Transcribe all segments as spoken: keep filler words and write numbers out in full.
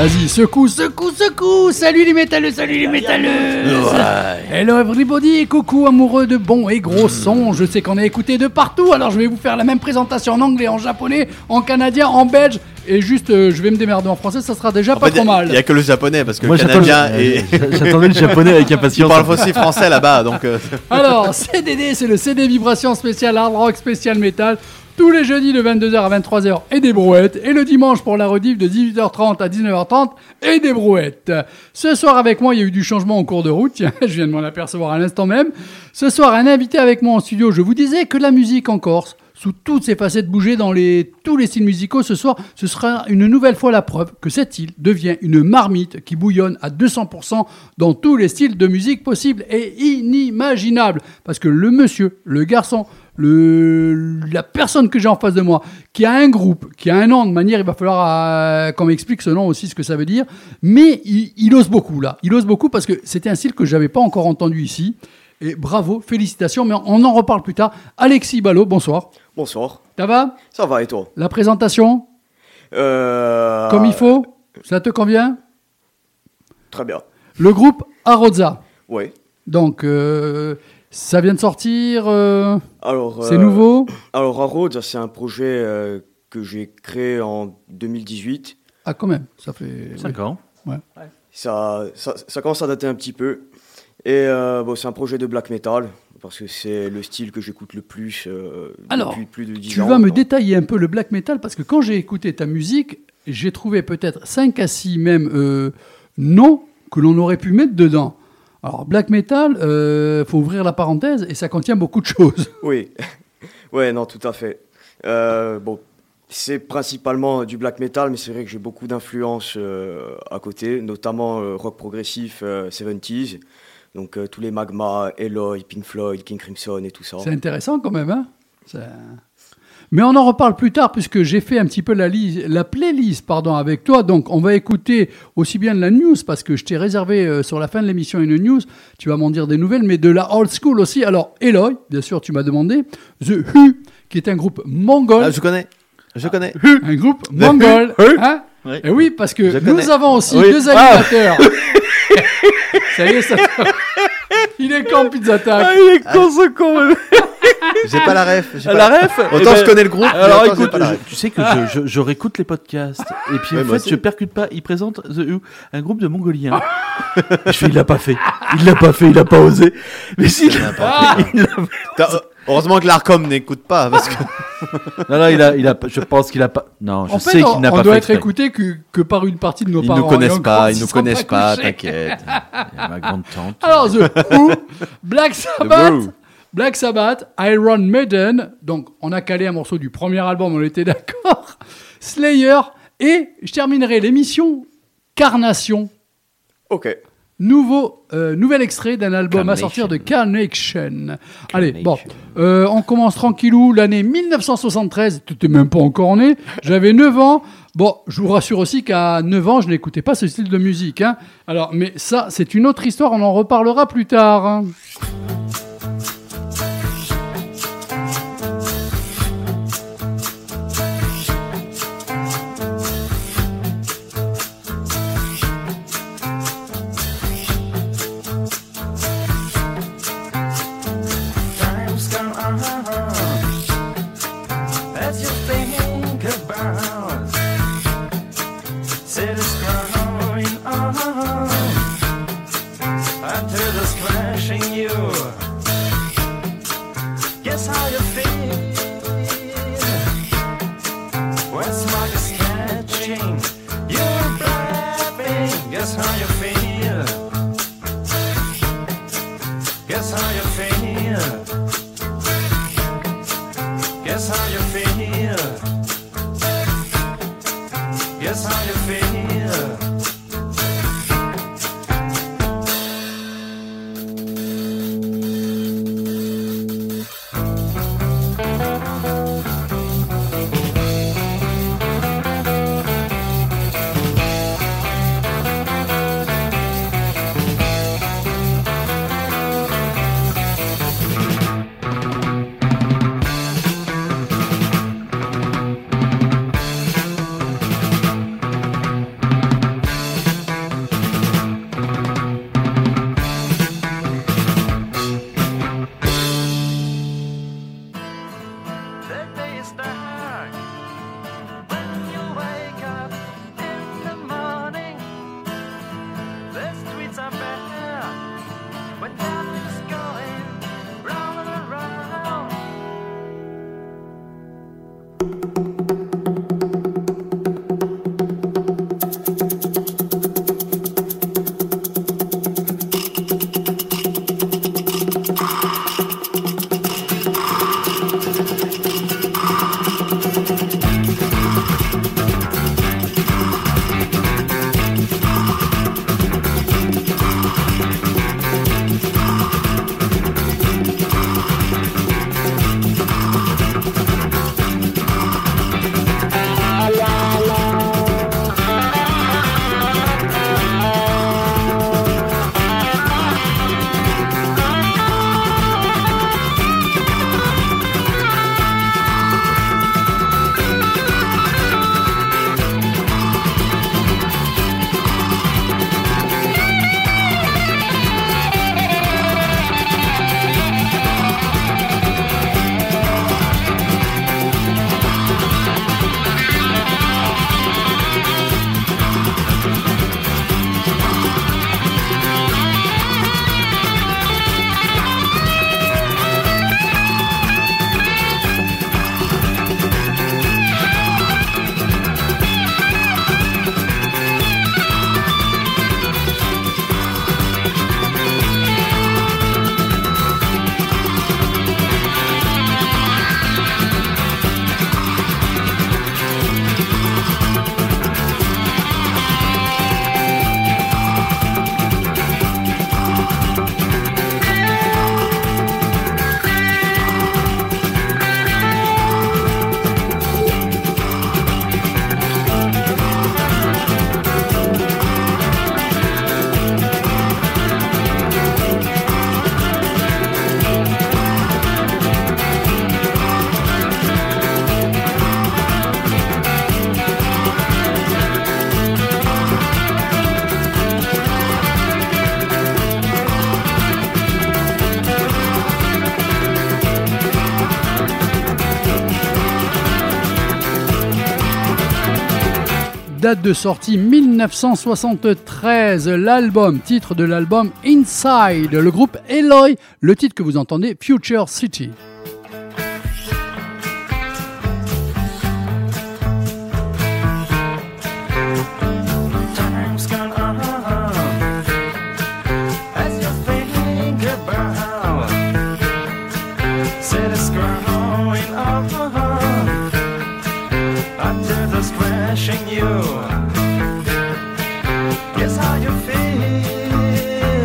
Vas-y, secoue, secoue, secoue. Salut les métalleux, salut les métalleux. Ouais. Hello everybody, coucou amoureux de bons et gros sons. Je sais qu'on a écouté de partout, alors je vais vous faire la même présentation en anglais, en japonais, en canadien, en belge. Et juste, euh, je vais me démerder en français, ça sera déjà en pas fait, trop mal. Il n'y a que le japonais, parce que Moi, le canadien et... J'attendais le japonais avec impatience. Il parle aussi français là-bas, donc... Euh... Alors, C D D, c'est le C D Vibration spécial hard rock, spécial metal. Tous les jeudis de vingt-deux heures à vingt-trois heures et des brouettes. Et le dimanche pour la rediff de dix-huit heures trente à dix-neuf heures trente et des brouettes. Ce soir avec moi, il y a eu du changement en cours de route. Tiens, je viens de m'en apercevoir à l'instant même. Ce soir, un invité avec moi en studio. Je vous disais que la musique en Corse, sous toutes ses facettes bougées dans les, tous les styles musicaux, ce soir, ce sera une nouvelle fois la preuve que cette île devient une marmite qui bouillonne à deux cents pour cent dans tous les styles de musique possibles et inimaginables. Parce que le monsieur, le garçon, le, la personne que j'ai en face de moi, qui a un groupe, qui a un nom de manière, il va falloir euh, qu'on m'explique ce nom aussi, ce que ça veut dire. Mais il, il ose beaucoup là. Il ose beaucoup parce que c'était un style que je n'avais pas encore entendu ici. Et bravo, félicitations, mais on en reparle plus tard. Alexis Ballot, bonsoir. Bonsoir. Ça va ? Ça va et toi ? La présentation ? Euh... Comme il faut ? Ça te convient ? Très bien. Le groupe Arroza. Oui. Donc, euh, ça vient de sortir euh, Alors, c'est euh, nouveau ? Alors, Arroza, c'est un projet euh, que j'ai créé en deux mille dix-huit. Ah, quand même, ça fait... cinq ans. Ouais. Ça, ça, ça commence à dater un petit peu. Et euh, bon, c'est un projet de black metal, parce que c'est le style que j'écoute le plus euh, Alors, depuis plus de dix tu ans. vas me maintenant. détailler un peu le black metal, parce que quand j'ai écouté ta musique, j'ai trouvé peut-être cinq à six même euh, noms que l'on aurait pu mettre dedans. Alors, black metal, il euh, faut ouvrir la parenthèse, et ça contient beaucoup de choses. Oui, ouais, non, tout à fait. Euh, bon, c'est principalement du black metal, mais c'est vrai que j'ai beaucoup d'influences euh, à côté, notamment euh, rock progressif euh, soixante-dix. Donc euh, tous les Magma, Eloy, Pink Floyd, King Crimson et tout ça. C'est intéressant quand même, hein ça... Mais on en reparle plus tard puisque j'ai fait un petit peu la, li- la playlist pardon, avec toi. Donc on va écouter aussi bien de la news parce que je t'ai réservé euh, sur la fin de l'émission une news. Tu vas m'en dire des nouvelles, mais de la old school aussi. Alors Eloy, bien sûr, tu m'as demandé. The Who, qui est un groupe mongol. Ah, je connais, je connais. Un groupe mongol. Hein oui. Et oui, parce que Je nous connais. avons aussi Oui. deux animateurs. Ça y est, ça... Il est con, Pizza Tac. Ah, il est con ce con même. J'ai pas la ref. j'ai pas La ref Autant Eh ben, je connais le groupe, mais Alors autant j'ai écoute, pas la je- ref. tu sais que je, je, je réécoute les podcasts et puis Ouais, en moi fait aussi. je percute pas. Il présente The Who, un groupe de Mongoliens. Je fais, il l'a pas fait, il l'a pas fait, il a pas osé. Mais si, il l'a pas fait. Il l'a- T'as- Heureusement que l'Arcom n'écoute pas, parce que... Non non, il a, il a, pas- je pense qu'il a pas. Non, je En sais fait, qu'il on, n'a on pas doit fait être exprès. écouté que, que par une partie de nos Ils parents. nous connaissent Et encore, pas, ils s'ils nous sont connaissent pas, couchés. t'inquiète. Il y a ma grande tante. Alors, The Who, Black Sabbath, Who. Black Sabbath, Iron Maiden. Donc, on a calé un morceau du premier album, on était d'accord. Slayer. Et je terminerai l'émission Carnation. Ok. Nouveau, euh, nouvel extrait d'un album à Carnation. sortir de Carnation. Allez, Carnation. bon, euh, on commence tranquillou. L'année dix-neuf cent soixante-treize, tu n'étais même pas encore né. J'avais neuf ans. Bon, je vous rassure aussi qu'à neuf ans, je n'écoutais pas ce style de musique. Hein. Alors, mais ça, c'est une autre histoire. On en reparlera plus tard. Hein. Time's gone on as you think about cities growing on after the splashing you date de sortie mille neuf cent soixante-treize. L'album, titre de l'album Inside. Le groupe Eloy, le titre que vous entendez, Future City. Time's gone on as you think about cities growing up under the crashing you. Guess how you feel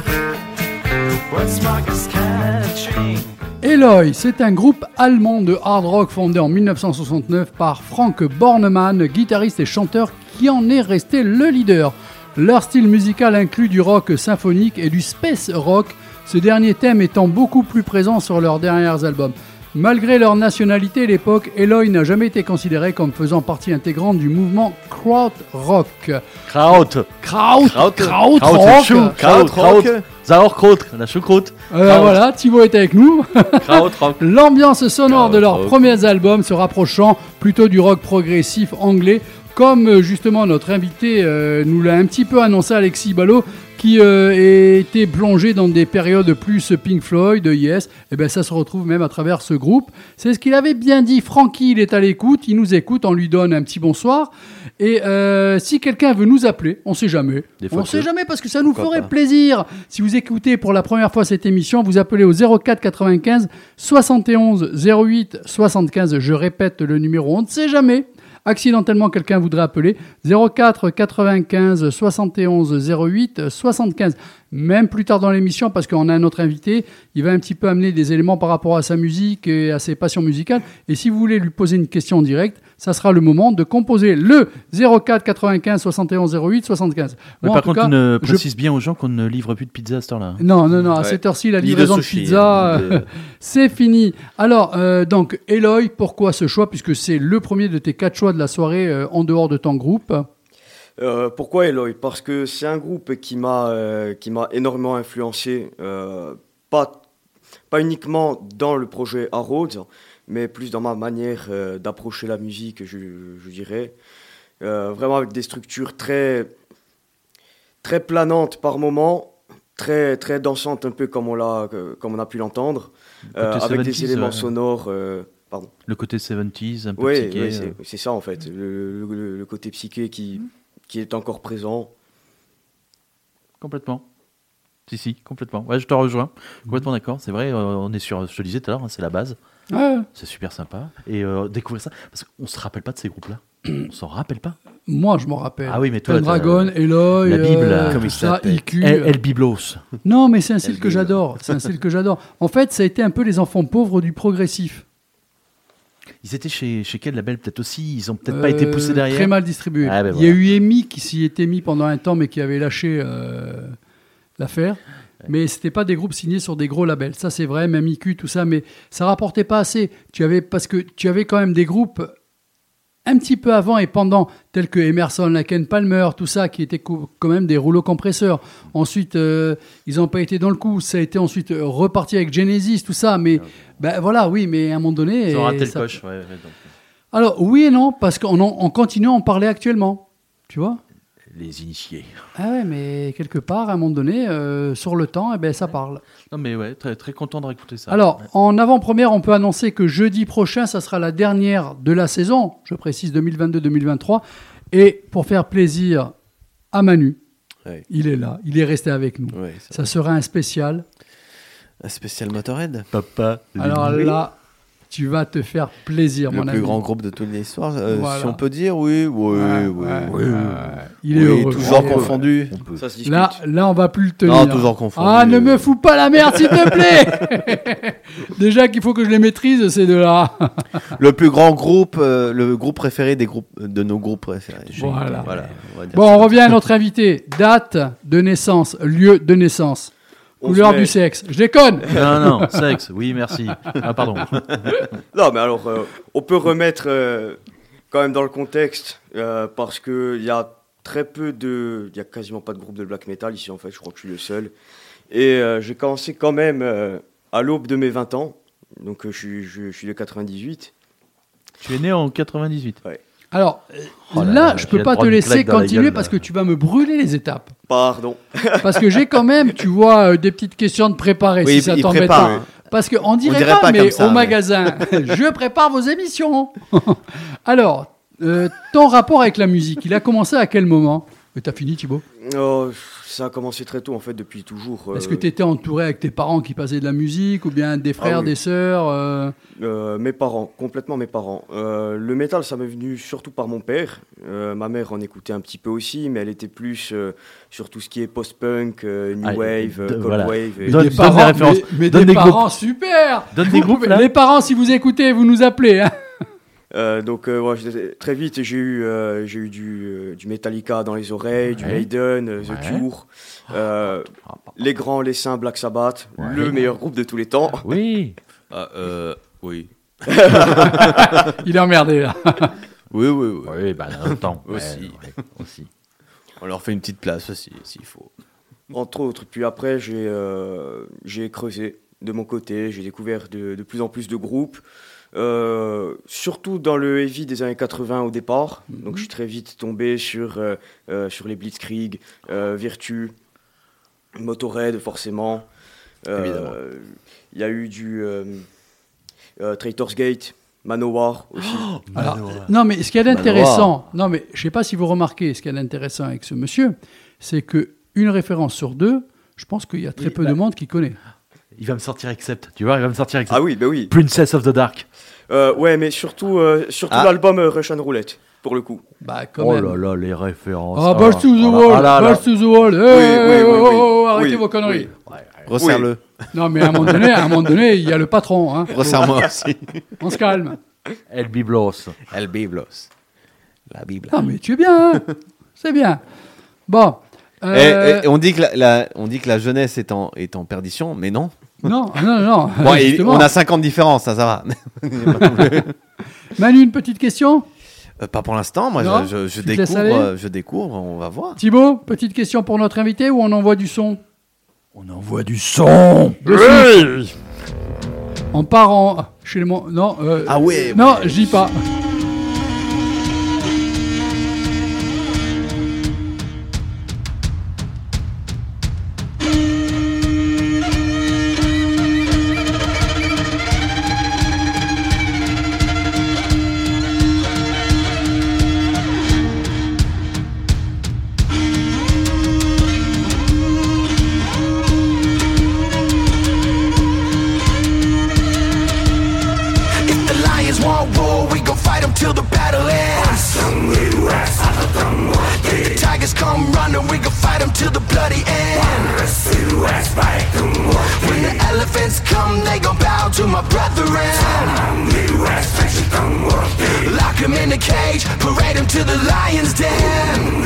when smoke is catching. Eloy, c'est un groupe allemand de hard rock fondé en mille neuf cent soixante-neuf par Frank Bornemann, guitariste et chanteur qui en est resté le leader. Leur style musical inclut du rock symphonique et du space rock, ce dernier thème étant beaucoup plus présent sur leurs derniers albums. Malgré leur nationalité à l'époque, Eloy n'a jamais été considéré comme faisant partie intégrante du mouvement kraut rock. Kraut. Kraut, Kraut. kraut, Kraut, rock. Chou. Kraut, Kraut. Sauerkraut, la choucroute. Euh, Kraut. voilà, Thibaut est avec nous. Kraut, rock. L'ambiance sonore Kraut de leurs rock. premiers albums se rapprochant plutôt du rock progressif anglais, comme euh, justement notre invité euh, nous l'a un petit peu annoncé, Alexis Ballot, qui euh, était plongé dans des périodes plus Pink Floyd, Yes, et bien ça se retrouve même à travers ce groupe. C'est ce qu'il avait bien dit. Francky, il est à l'écoute, il nous écoute, on lui donne un petit bonsoir. Et euh, si quelqu'un veut nous appeler, on sait jamais. Des On fois sait que- jamais parce que ça nous Pourquoi ferait pas. plaisir. Si vous écoutez pour la première fois cette émission, vous appelez au zéro quatre quatre-vingt-quinze soixante et onze zéro huit soixante-quinze. Je répète le numéro, on ne sait jamais. Accidentellement, quelqu'un voudrait appeler zéro quatre quatre-vingt-quinze soixante et onze zéro huit soixante-quinze. Même plus tard dans l'émission, parce qu'on a un autre invité, il va un petit peu amener des éléments par rapport à sa musique et à ses passions musicales. Et si vous voulez lui poser une question en direct, ça sera le moment de composer le zéro quatre quatre-vingt-quinze soixante et onze zéro huit soixante-quinze. Mais Moi, en par tout contre, cas, on ne je- précise bien aux gens qu'on ne livre plus de pizza à cette heure-là. Non, non, non, à Ouais. cette heure-ci, la Ni de livraison de, sushi, pizza, hein, ni de- euh, c'est fini. Alors, euh, donc, Eloy, pourquoi ce choix? Puisque c'est le premier de tes quatre choix de la soirée euh, en dehors de ton groupe. Euh, pourquoi Eloy? Parce que c'est un groupe qui m'a euh, qui m'a énormément influencé, euh, pas, pas uniquement dans le projet Harrods, mais plus dans ma manière euh, d'approcher la musique, je, je dirais. Euh, vraiment avec des structures très, très planantes par moments, très, très dansantes, un peu comme on, l'a, euh, comme on a pu l'entendre, euh, Côté avec des soixante-dix, éléments ouais. sonores. euh, pardon. Le côté soixante-dix, un peu Oui, psyché. oui, c'est, euh. c'est ça en fait, le, le- le côté psyché qui, qui est encore présent. Complètement. Si, si, complètement. Ouais, je te rejoins. Complètement d'accord. C'est vrai, euh, on est sur, je te le disais tout à l'heure, hein, c'est la base. Ouais. C'est super sympa. Et euh, découvrir ça, parce qu'on se rappelle pas de ces groupes-là. On s'en rappelle pas. Moi, je m'en rappelle. Ah oui, mais toi, Pendragon, t'as- Eloy, la Bible, euh, comme tout il ça, s'appelle. I Q. El, El Biblos. Non, mais c'est un style El que Bible. j'adore. C'est un style que j'adore. En fait, ça a été un peu les enfants pauvres du progressif. Ils étaient chez, chez quel label peut-être aussi. Ils ont peut-être pas été Euh, poussés derrière. Très mal distribué. Ah, ben Il y a voilà. eu Emi qui s'y était mis pendant un temps, mais qui avait lâché euh, l'affaire. Mais c'était pas des groupes signés sur des gros labels. Ça, c'est vrai, même I Q, tout ça. Mais ça rapportait pas assez. Tu avais, parce que tu avais quand même des groupes un petit peu avant et pendant, tels que Emerson, Lake and Palmer, tout ça, qui étaient co- quand même des rouleaux compresseurs. Ensuite, euh, ils n'ont pas été dans le coup. Ça a été ensuite euh, reparti avec Genesis, tout ça. Mais ben voilà, oui, mais à un moment donné. Ils ont et raté le ça- coche. Ouais, ouais, donc, Alors, oui et non, parce qu'on en- on continue à en parler actuellement. Tu vois? les initiés. Ah ouais, mais quelque part, à un moment donné, euh, sur le temps, eh ben, ça parle. Non, mais ouais, très, très content de réécouter ça. Alors, Ouais. en avant-première, on peut annoncer que jeudi prochain, ça sera la dernière de la saison, je précise deux mille vingt-deux deux mille vingt-trois. Et pour faire plaisir à Manu, Ouais. il est là, il est resté avec nous. Ouais, c'est Ça sera un spécial. un spécial Motorhead. Papa. Alors lui. là, tu vas te faire plaisir, Le mon plus ami. grand groupe de toute l'histoire, euh, Voilà. si on peut dire, oui, oui, Ouais, oui. ouais, oui. ouais. Il est Oui, heureux. toujours Il est confondu. On peut. Ça se discute. Là, là, on va plus le tenir. Non, toujours confondu. Ah, ne me fous pas la merde, s'il te plaît. Déjà qu'il faut que je les maîtrise, ces deux-là. Le plus grand groupe, euh, le groupe préféré des groupes, de nos groupes préférés. Voilà. Voilà, on va dire Bon, ça. on revient à notre invité. Date de naissance, lieu de naissance, onze couleur mai. du sexe. Je déconne. Non, non, sexe, oui, merci. Ah, pardon. Non, mais alors, euh, on peut remettre euh, quand même dans le contexte, euh, parce qu'il y a très peu de... Il n'y a quasiment pas de groupe de black metal ici, en fait, je crois que je suis le seul. Et euh, j'ai commencé quand même euh, à l'aube de mes vingt ans, donc euh, je, suis- je, je suis de quatre-vingt-dix-huit. Tu es né en quatre-vingt-dix-huit. Alors, Oh là là, là, je je peux viens pas de te prendre une laisser claque dans la continuer gueule, parce là. que tu vas me brûler les étapes. Pardon. Parce que j'ai quand même, tu vois, euh, des petites questions de préparer, Oui, si ça il t'embête prépare, pas. hein. Parce qu'on dirait, dirait pas, pas mais comme ça, au mais- magasin, je prépare vos émissions. Alors, euh, ton rapport avec la musique, il a commencé à quel moment? Et t'as fini, Thibaut? Oh, ça a commencé très tôt, en fait, depuis toujours. Est-ce euh, que tu étais entouré avec tes parents qui passaient de la musique, ou bien des frères, oui. des sœurs euh, euh, Mes parents, complètement mes parents. Euh, le métal, ça m'est venu surtout par mon père. Euh, ma mère en écoutait un petit peu aussi, mais elle était plus euh, sur tout ce qui est post-punk, euh, new Ah, wave, de- euh, cold voilà. wave. Et... Donne- des donne parents, des références. mais, mais Donne des des parents super. Donne Vous des groupes, pouvez- là. Les parents, si vous écoutez, vous nous appelez. Hein. Euh, donc euh, ouais, j'étais- très vite j'ai eu euh, j'ai eu du, euh, du Metallica dans les oreilles, du Ouais. Maiden, euh, The Ouais. Cure, euh, les grands, les saints, Black Sabbath, Ouais. le meilleur groupe de tous les temps. Oui. Ah, euh, oui. Il est emmerdé là. Oui, oui, oui. Oui, bah, en même temps. Aussi. Ouais, ouais, aussi. On leur fait une petite place aussi, s'il faut. Entre autres. Puis après j'ai euh, j'ai creusé de mon côté, j'ai découvert de, de plus en plus de groupes. Euh, surtout dans le heavy des années quatre-vingts au départ. Mhm. Donc je suis très vite tombé sur, euh, euh, sur les Blitzkrieg, euh, Virtue, Motorhead forcément. Évidemment. Euh, Il y a eu du euh, euh, Traitor's Gate, Manowar aussi. Alors, non, mais ce qu'il y a Manoir. d'intéressant, non, mais je sais pas si vous remarquez, ce qu'il y a d'intéressant avec ce monsieur, c'est que une référence sur deux, je pense qu'il y a très Oui, peu bah- de monde qui connaît. Il va me sortir Accept. Tu vois, il va me sortir Accept. Ah oui, bah oui. Princess of the Dark. Euh, ouais, mais surtout, euh, surtout Ah. l'album euh, Russian Roulette, pour le coup. Bah, quand Oh même. là là, les références. Ah, Balls to the Oh là- wall, ah là là. Balls to the wall. Eh, oui, oui, oh, oui, oh, oh, arrêtez oui, vos conneries. oui. Resserre-le. Non, mais à un moment donné, à un moment donné, il y a le patron. Hein. Resserre-moi aussi. On se calme. El Biblos. El Biblos. La Bible. Non, mais tu es bien. Hein. C'est bien. Bon. Et, euh, et- et on, dit que la, la- on dit que la jeunesse est en, est en perdition, mais non. Non, non, non. Bon, et justement. on a cinq ans de différence, ça, ça va. Manu, une petite question. Euh, pas pour l'instant, moi Non, je, je, je tu te laisses découvre, aller euh, je découvre, on va voir. Thibaut, petite question pour notre invité ou on envoie du son? On envoie du son. De suite. On part en. Chez les mon... Non, euh, Ah ouais, non, ouais. je dis pas. If the lions won't roar, we gon' fight them till the battle ends. If the tigers come running, we gon' fight them till the bloody end. When the elephants come, they gon' bow to my brethren. Lock them in a cage, parade them to the lion's den.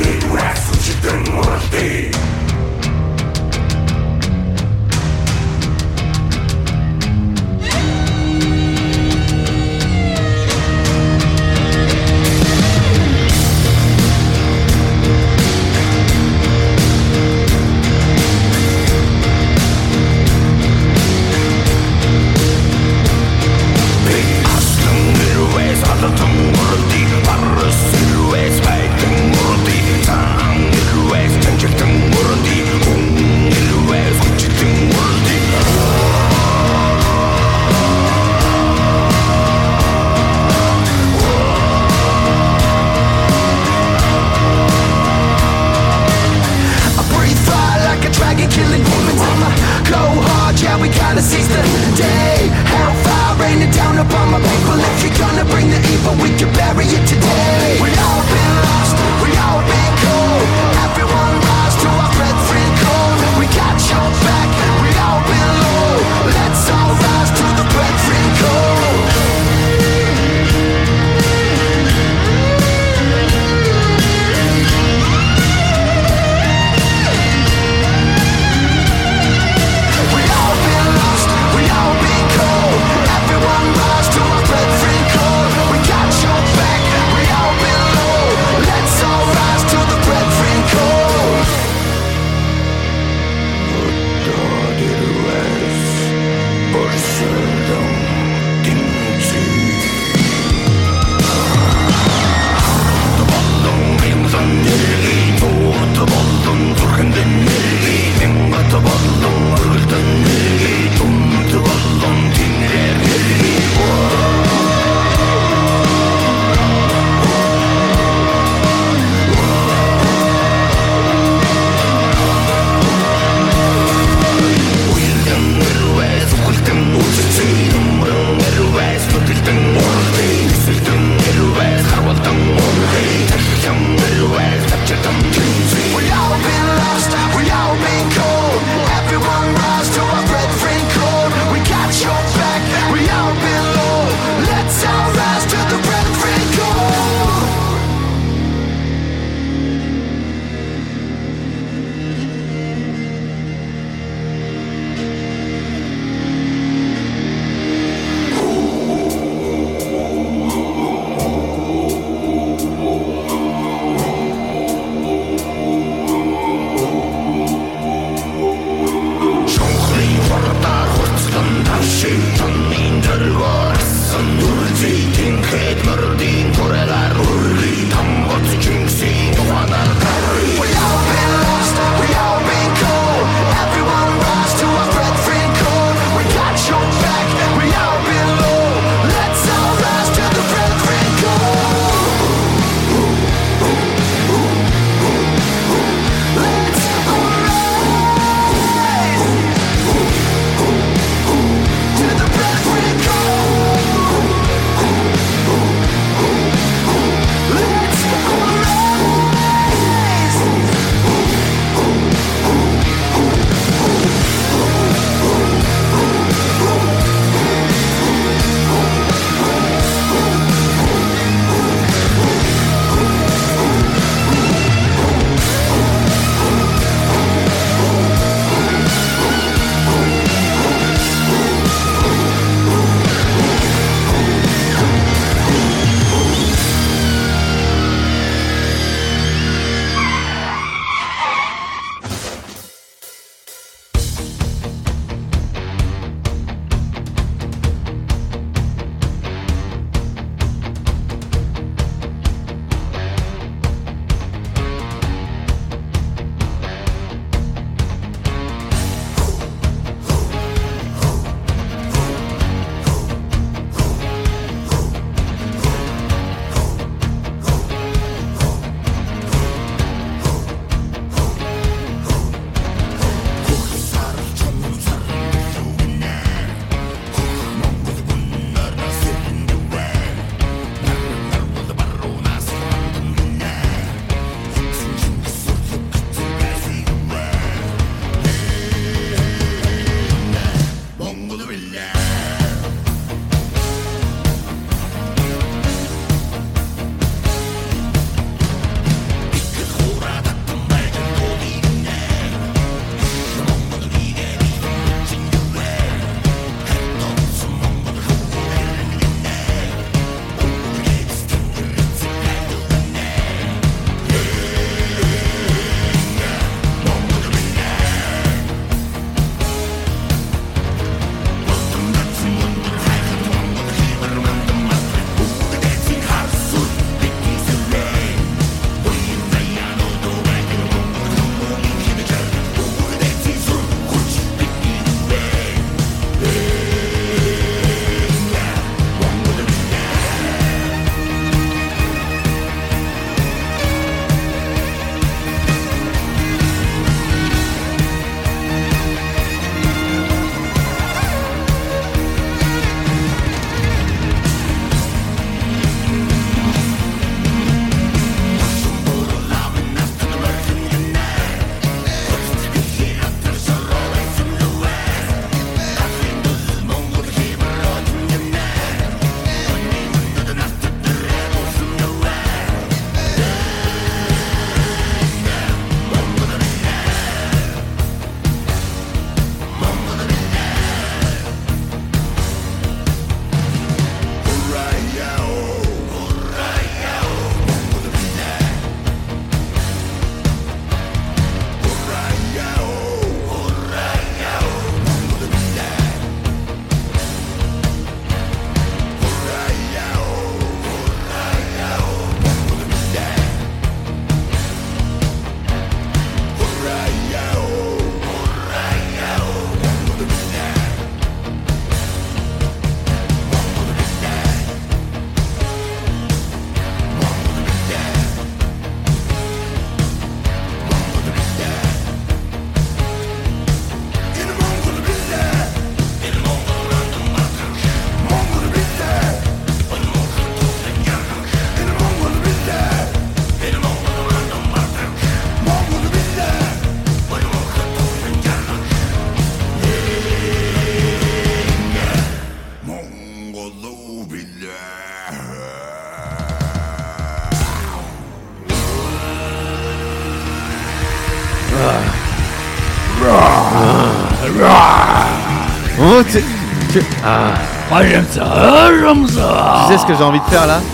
Oh, tu, tu- ah. Moi j'aime ça, ah, j'aime ça. Tu sais ce que j'ai envie de faire là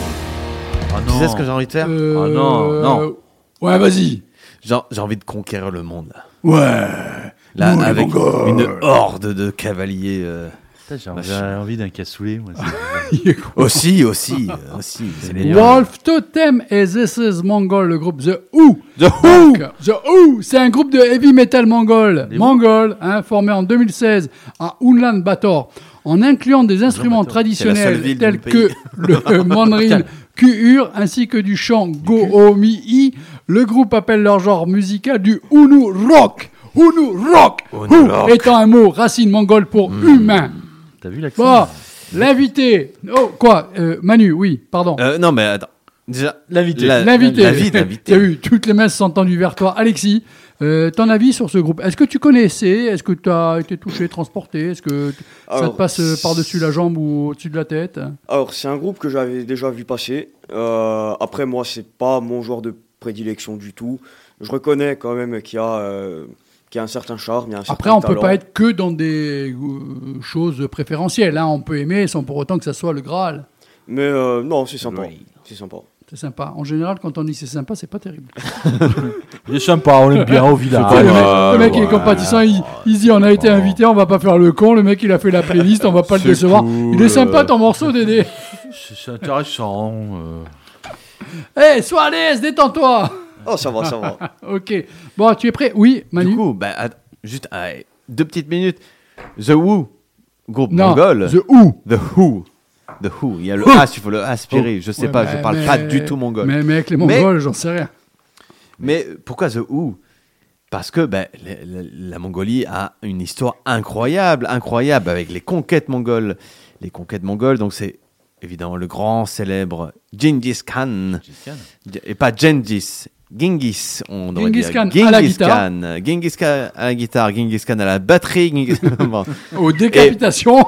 Ah Tu non. sais ce que j'ai envie de faire Euh, Oh non, non. Ouais, vas-y. Genre, j'ai envie de conquérir le monde là. Ouais. Là, Nous, les avec Mongols. une horde de cavaliers. euh, Putain, J'ai Bah, j'ai envie d'un cassoulet, moi. c'est- Aussi, aussi, euh, aussi. C'est meilleur. Wolf Totem et This is Mongol, le groupe The Who. The Who. Donc, The Who, c'est un groupe de heavy metal mongol. Les Mongol, hein, formé en deux mille seize à Ulaanbaatar, en incluant des instruments Ulaanbaatar, c'est la seule traditionnels ville tels du que pays. le mandarin Kuur ainsi que du chant Goomii. Le groupe appelle leur genre musical du Unu Rock. Unu Rock, Unu Hu Rock. étant un mot racine mongole pour humain. T'as vu l'accent Bon, l'invité. Oh, quoi euh, Manu, oui, pardon. Euh, non, mais attends. Déjà, L'invité. la- L'invité. L'avis Tu d'invité. as vu, toutes les mains se sont tendues vers toi. Alexis, euh, ton avis sur ce groupe? Est-ce que tu connaissais? Est-ce que tu as été touché, transporté? Est-ce que t- ça Alors, te passe euh, par-dessus la jambe ou au-dessus de la tête? Alors, c'est un groupe que j'avais déjà vu passer. Euh, après, moi, c'est pas mon genre de prédilection du tout. Je reconnais quand même qu'il y a, euh, qu'il y a un certain charme, il y a un certain Après, on peut talent. pas être que dans des euh, choses préférentielles. Hein. On peut aimer sans pour autant que ça soit le Graal. Mais euh, non, c'est sympa. Oui. C'est sympa. C'est sympa. En général, quand on dit c'est sympa, c'est pas terrible. Il est sympa, on l'aime bien au village. Tu sais, le mec, ouais, le mec, il est ouais. compatissant, il, il se dit on a été invité, on va pas faire le con. Le mec, il a fait la playlist, on va pas le C'est décevoir. cool, Il est sympa euh. ton morceau, Dédé. C'est c'est intéressant. euh. Eh, sois à l'aise, détends-toi. Oh, ça va, ça va. Ok. Bon, tu es prêt? Oui, Manu. Du coup, bah, att- juste euh, deux petites minutes. The Who, groupe non, mongol. The Who. The Who. The Who. Il y a le Who. H, il faut le aspirer. Je sais Ouais, pas, mais- je parle mais- pas du tout mongol. Mais, mais avec les Mais- Mongols, j'en sais rien. Mais pourquoi The Who? Parce que ben, la, la- la Mongolie a une histoire incroyable, incroyable, avec les conquêtes mongoles. Les conquêtes mongoles, donc c'est évidemment le grand célèbre Gengis Khan. Et pas Gengis, Genghis, on devrait Genghis dire. Khan Genghis à la guitare. Khan. Genghis Khan à la guitare, Genghis Khan à la batterie. Genghis- Bon. Aux décapitations.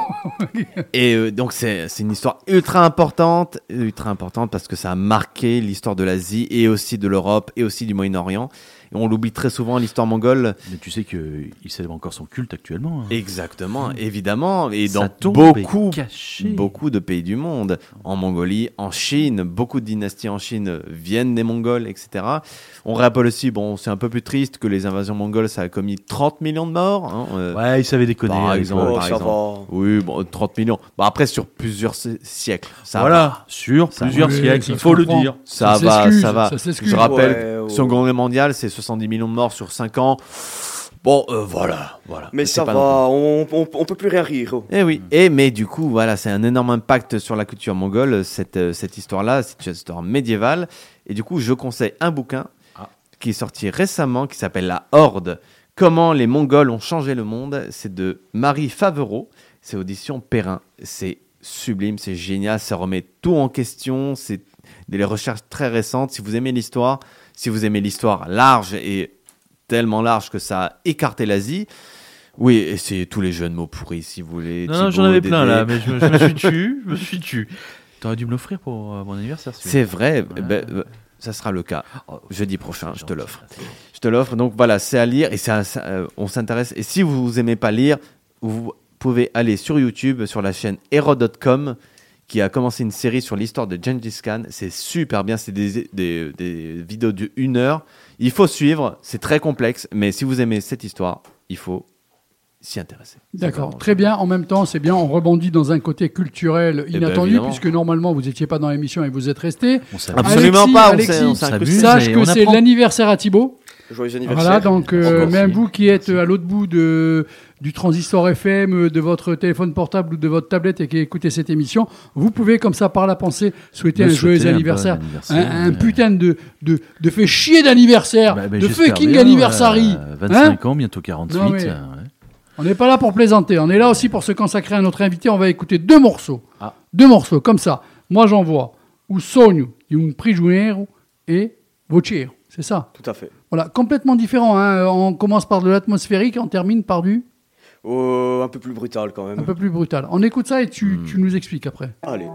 Et euh, donc c'est c'est une histoire ultra importante, ultra importante parce que ça a marqué l'histoire de l'Asie et aussi de l'Europe et aussi du Moyen-Orient. Et on l'oublie très souvent, l'histoire mongole. Mais tu sais qu'il célèbre encore son culte actuellement. hein. Exactement, évidemment. Et Sa dans tombe beaucoup, est cachée. beaucoup de pays du monde, en Mongolie, en Chine, beaucoup de dynasties en Chine viennent des Mongols, et cetera. On rappelle aussi, bon, c'est un peu plus triste que les invasions mongoles, ça a commis trente millions de morts. Hein, euh, Ouais, il savait déconner. Par avec exemple. moi. Oh, par ça exemple. va. Oui, bon, trente millions. Bon, après, sur plusieurs si- siècles. Ça Voilà, va. sur Ça plusieurs va. Oui, siècles, ça il se faut le comprend. dire. Ça, Ça va, s'excuse, ça va. ça s'excuse. Je rappelle, Ouais, ouais. Seconde Guerre mondiale, c'est soixante-dix millions de morts sur cinq ans. Bon, euh, voilà, voilà. Mais C'est ça pas va, non plus- on, on, on peut plus rien rire. oh. Eh oui, et mais du coup, voilà, c'est un énorme impact sur la culture mongole, cette, euh, cette histoire-là, cette histoire médiévale. Et du coup, je conseille un bouquin Ah. qui est sorti récemment, qui s'appelle La Horde. Comment les Mongols ont changé le monde. C'est de Marie Favereau. C'est audition Perrin. C'est sublime, c'est génial, ça remet tout en question. C'est des recherches très récentes. Si vous aimez l'histoire, si vous aimez l'histoire large et tellement large que ça a écarté l'Asie. Oui, et c'est tous les jeux de mots pourris, si vous voulez. Non, non, Thibaut, j'en avais plein Dédé. là, mais je, me- je me suis tu, je me suis tu. T'aurais dû me l'offrir pour euh, mon anniversaire. celui-là. C'est vrai, Ouais. ben, euh, ça sera le cas. Oh, Jeudi prochain, je te gentil. l'offre. Je te l'offre, donc voilà, c'est à lire et c'est à- ça, euh, on s'intéresse. Et si vous aimez pas lire, vous pouvez aller sur YouTube, sur la chaîne hero point com, qui a commencé une série sur l'histoire de Gengis Khan. C'est super bien, c'est des, des, des vidéos de une heure. Il faut suivre, c'est très complexe, mais si vous aimez cette histoire, il faut s'y intéresser. C'est D'accord, vraiment très bien. En même temps, c'est bien, on rebondit dans un côté culturel Eh ben, inattendu, évidemment. puisque normalement, vous n'étiez pas dans l'émission et vous êtes resté. On s'amuse. Absolument Alexis, pas, on Alexis, s'est- on on s'est s'amuse. incrusté. Sache mais que on c'est apprend. l'anniversaire à Thibaut. Joyeux anniversaire. Voilà, donc euh, Encore même aussi. vous qui êtes à l'autre bout de, du transistor F M, de votre téléphone portable ou de votre tablette et qui écoutez cette émission, vous pouvez comme ça par la pensée souhaiter Me un joyeux souhaiter un anniversaire. bon anniversaire, Un, un ouais. putain de, de, de fait chier d'anniversaire, Bah, bah, de j'espère fucking bien, anniversary. euh, vingt-cinq ans, bientôt quarante-huit. Non, mais- euh, ouais. On n'est pas là pour plaisanter, on est là aussi pour se consacrer à notre invité. On va écouter deux morceaux. Ah. Deux morceaux, comme ça. Moi j'envoie O sonho de um prisioneiro et Vocer. C'est ça. Tout à fait. Voilà, complètement différent. Hein. On commence par de l'atmosphérique et on termine par du Oh, un peu plus brutal quand même. un peu plus brutal. On écoute ça et tu, Hmm. tu nous expliques après. Allez.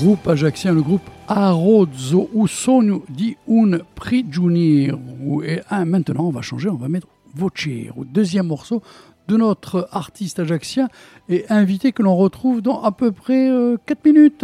groupe ajaxien, le groupe Arozzo, ou Sogno di un prigioniero. Et hein, maintenant, on va changer, on va mettre Vocero, deuxième morceau de notre artiste ajaxien et invité que l'on retrouve dans à peu près euh, quatre minutes.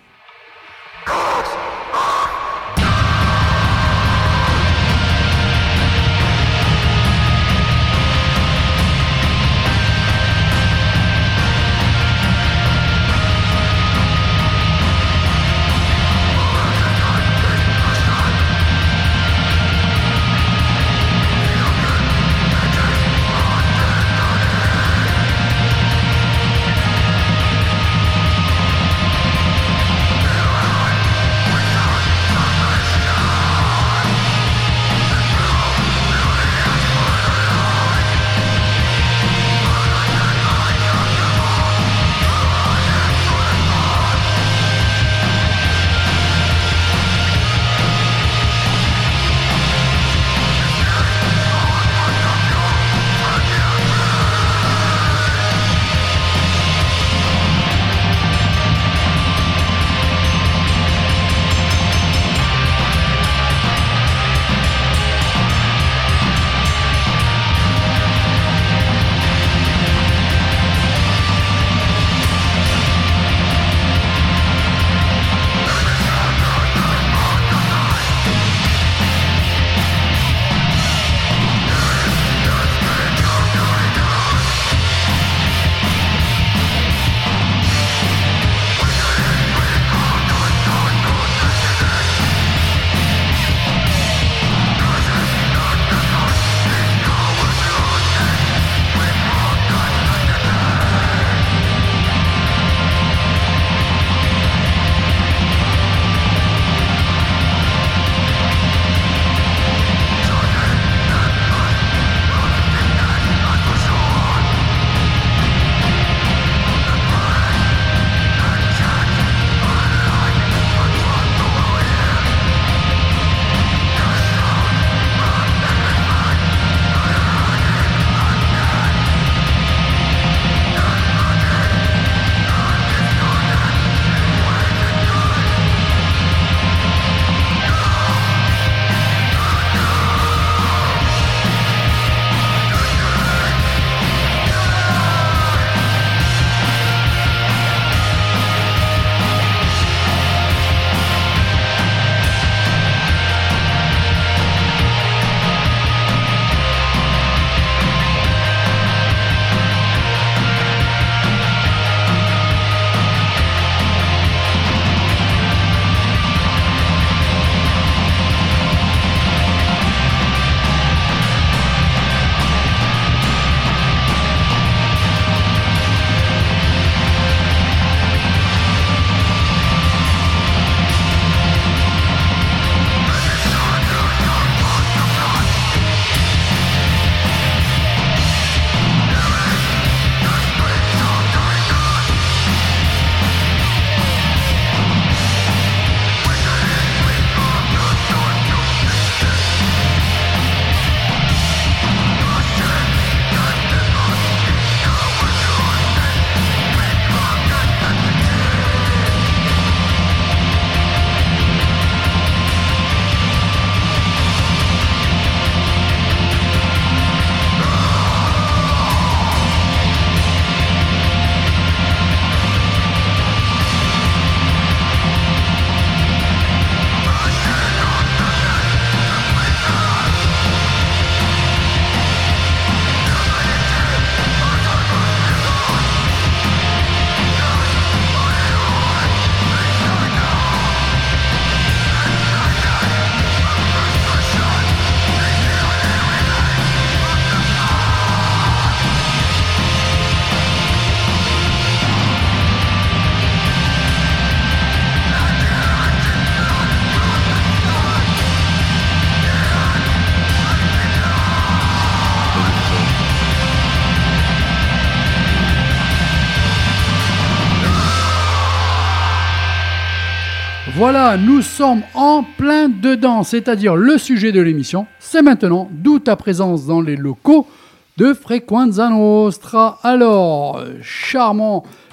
Voilà, nous sommes en plein dedans, c'est-à-dire le sujet de l'émission, c'est maintenant, d'où ta présence dans les locaux de Frequenza Nostra. Alors, charmant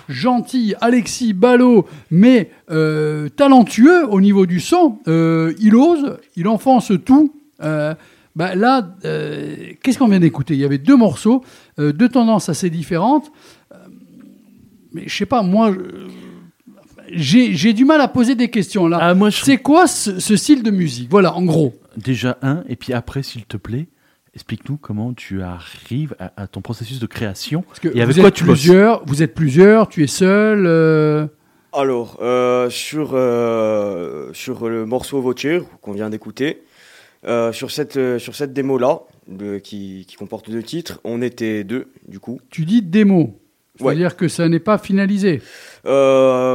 gentil Alexis Ballot, mais euh, talentueux au niveau du son. Euh, il ose, il enfonce tout. Euh, bah là, euh, qu'est-ce qu'on vient d'écouter ? Il y avait deux morceaux, euh, deux tendances assez différentes. Euh, mais je sais pas, moi, je- j'ai, j'ai du mal à poser des questions là. Ah, moi, je- C'est quoi ce, ce style de musique ? Voilà, en gros. Déjà un, et puis après, s'il te plaît, explique-nous comment tu arrives à, à ton processus de création. Parce que Et avec vous quoi êtes tu bosses. plusieurs, vous êtes plusieurs, tu es seul. euh, Alors, euh, sur, euh, sur le morceau Voiture qu'on vient d'écouter, euh, sur cette, euh, sur cette démo-là, de- qui, qui comporte deux titres, on était deux, du coup. Tu dis démo. Ouais. C'est-à-dire que ça n'est pas finalisé. Euh,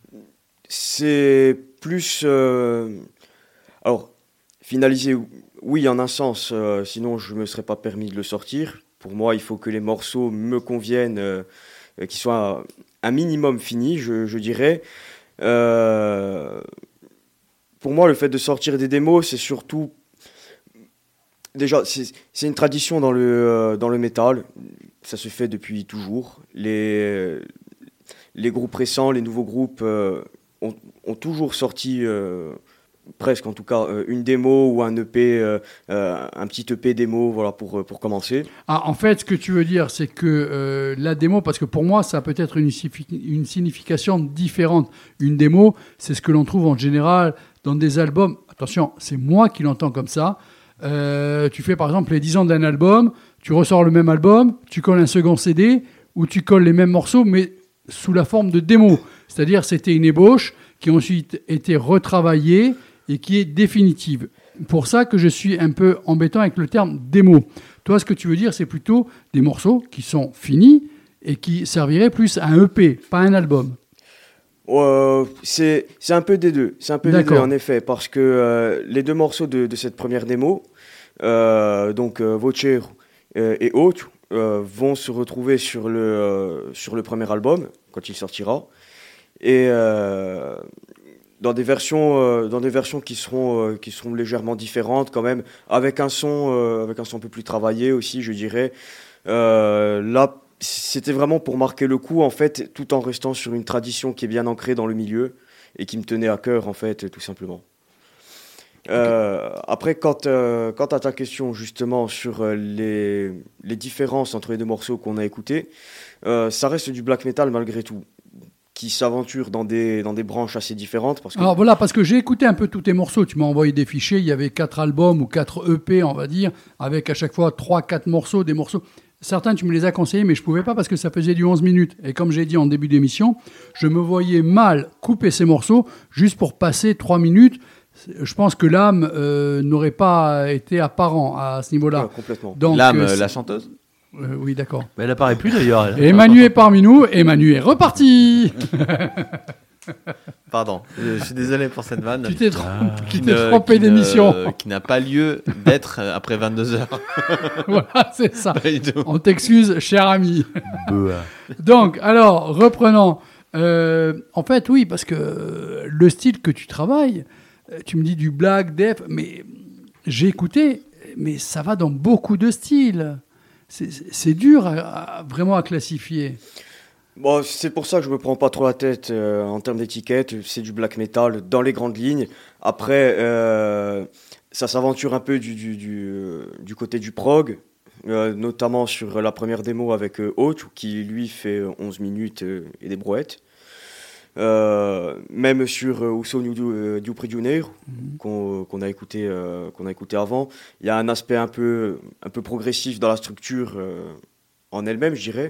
c'est plus... euh, alors, finalisé, oui, en un sens, euh, sinon je ne me serais pas permis de le sortir. Pour moi, il faut que les morceaux me conviennent, euh, euh, qu'ils soient un minimum finis, je, je dirais. Euh, pour moi, le fait de sortir des démos, c'est surtout... Déjà, c'est c'est une tradition dans le, euh, dans le métal. Ça se fait depuis toujours. Les, les groupes récents, les nouveaux groupes euh, ont, ont toujours sorti, euh, presque en tout cas, euh, une démo ou un E P, euh, euh, un petit E P démo, voilà, pour, euh, pour commencer. Ah, en fait, ce que tu veux dire, c'est que euh, la démo, parce que pour moi, ça peut être une, signifi- une signification différente. Une démo, c'est ce que l'on trouve en général dans des albums. Attention, c'est moi qui l'entends comme ça. Euh, tu fais par exemple les dix ans d'un album, tu ressors le même album, tu colles un second C D, ou tu colles les mêmes morceaux, mais sous la forme de démo. C'est-à-dire, c'était une ébauche qui a ensuite été retravaillée et qui est définitive. Pour ça que je suis un peu embêtant avec le terme démo. Toi, ce que tu veux dire, c'est plutôt des morceaux qui sont finis et qui serviraient plus à un E P, pas à un album. Euh, c'est c'est un peu des deux, c'est un peu des deux D'accord. en effet, parce que euh, les deux morceaux de, de cette première démo, euh, donc euh, Voiture euh, et Autre, euh, vont se retrouver sur le, euh, sur le premier album, quand il sortira, et euh, dans des versions, euh, dans des versions qui seront, euh, qui seront légèrement différentes quand même, avec un son, euh, avec un son un peu plus travaillé aussi, je dirais. Euh, là, c'était vraiment pour marquer le coup, en fait, tout en restant sur une tradition qui est bien ancrée dans le milieu et qui me tenait à cœur, en fait, tout simplement. Euh, après, quant, euh, quant à ta question, justement, sur euh, les, les différences entre les deux morceaux qu'on a écoutés, euh, ça reste du black metal malgré tout, qui s'aventure dans des, dans des branches assez différentes. Parce que... Alors voilà, parce que j'ai écouté un peu tous tes morceaux, tu m'as envoyé des fichiers, il y avait quatre albums ou quatre E P, on va dire, avec à chaque fois trois quatre morceaux, des morceaux. Certains, tu me les as conseillés, mais je ne pouvais pas parce que ça faisait du onze minutes. Et comme j'ai dit en début d'émission, je me voyais mal couper ces morceaux juste pour passer trois minutes. Je pense que l'âme euh, n'aurait pas été apparent à ce niveau-là. Ouais, complètement. Donc, L'âme, euh, la chanteuse euh, oui, d'accord. Mais elle apparaît plus d'ailleurs. elle. Et Manu est parmi nous, et Manu est reparti. Pardon, je suis désolé pour cette vanne. Tu t'es trom- Ah. tu Qui t'es ne- trompé qui ne- d'émission. Qui n'a pas lieu d'être après vingt-deux heures. Voilà, c'est ça. Pas du tout. On t'excuse, cher ami. Beuh. Donc, alors, reprenons. Euh, en fait, oui, parce que le style que tu travailles, euh, tu me dis du black, def, mais j'ai écouté, mais ça va dans beaucoup de styles. C'est, c'est- c'est dur à- à- vraiment à classifier. Bon, c'est pour ça que je me prends pas trop la tête euh, en termes d'étiquette. C'est du black metal dans les grandes lignes. Après, euh, ça s'aventure un peu du, du, du, euh, du côté du prog, euh, notamment sur la première démo avec euh, Haute, qui lui fait onze minutes euh, et des brouettes. Euh, même sur euh, Uso New euh, Diu Prigioniero, qu'on qu'on a écouté euh, qu'on a écouté avant, il y a un aspect un peu un peu progressif dans la structure euh, en elle-même, je dirais.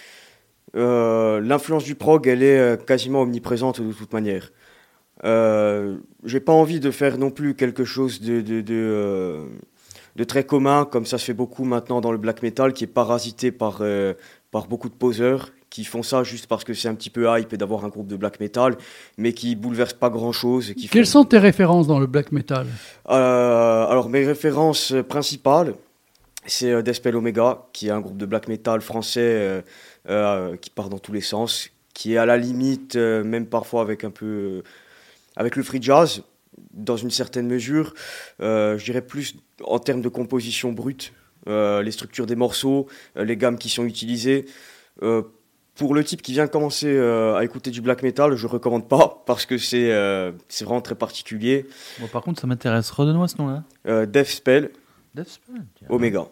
Euh, l'influence du prog, elle est euh, quasiment omniprésente de toute manière. Euh, j'ai pas envie de faire non plus quelque chose de de, de, euh, de très commun, comme ça se fait beaucoup maintenant dans le black metal, qui est parasité par euh, par beaucoup de poseurs qui font ça juste parce que c'est un petit peu hype et d'avoir un groupe de black metal, mais qui bouleversent pas grand-chose. Et qui Quelles font... sont tes références dans le black metal ? Euh, alors, mes références principales, c'est euh, Deathspell Omega, qui est un groupe de black metal français euh, euh, qui part dans tous les sens, qui est à la limite, euh, même parfois avec un peu... euh, avec le free jazz, dans une certaine mesure. Euh, je dirais plus en termes de composition brute, euh, les structures des morceaux, euh, les gammes qui sont utilisées. Euh, pour le type qui vient de commencer euh, à écouter du black metal, je recommande pas parce que c'est euh, c'est vraiment très particulier. Bon, par contre, ça m'intéresse. Redonne-moi ce nom-là. Euh, Death Spell, Deathspell, tiens. Omega.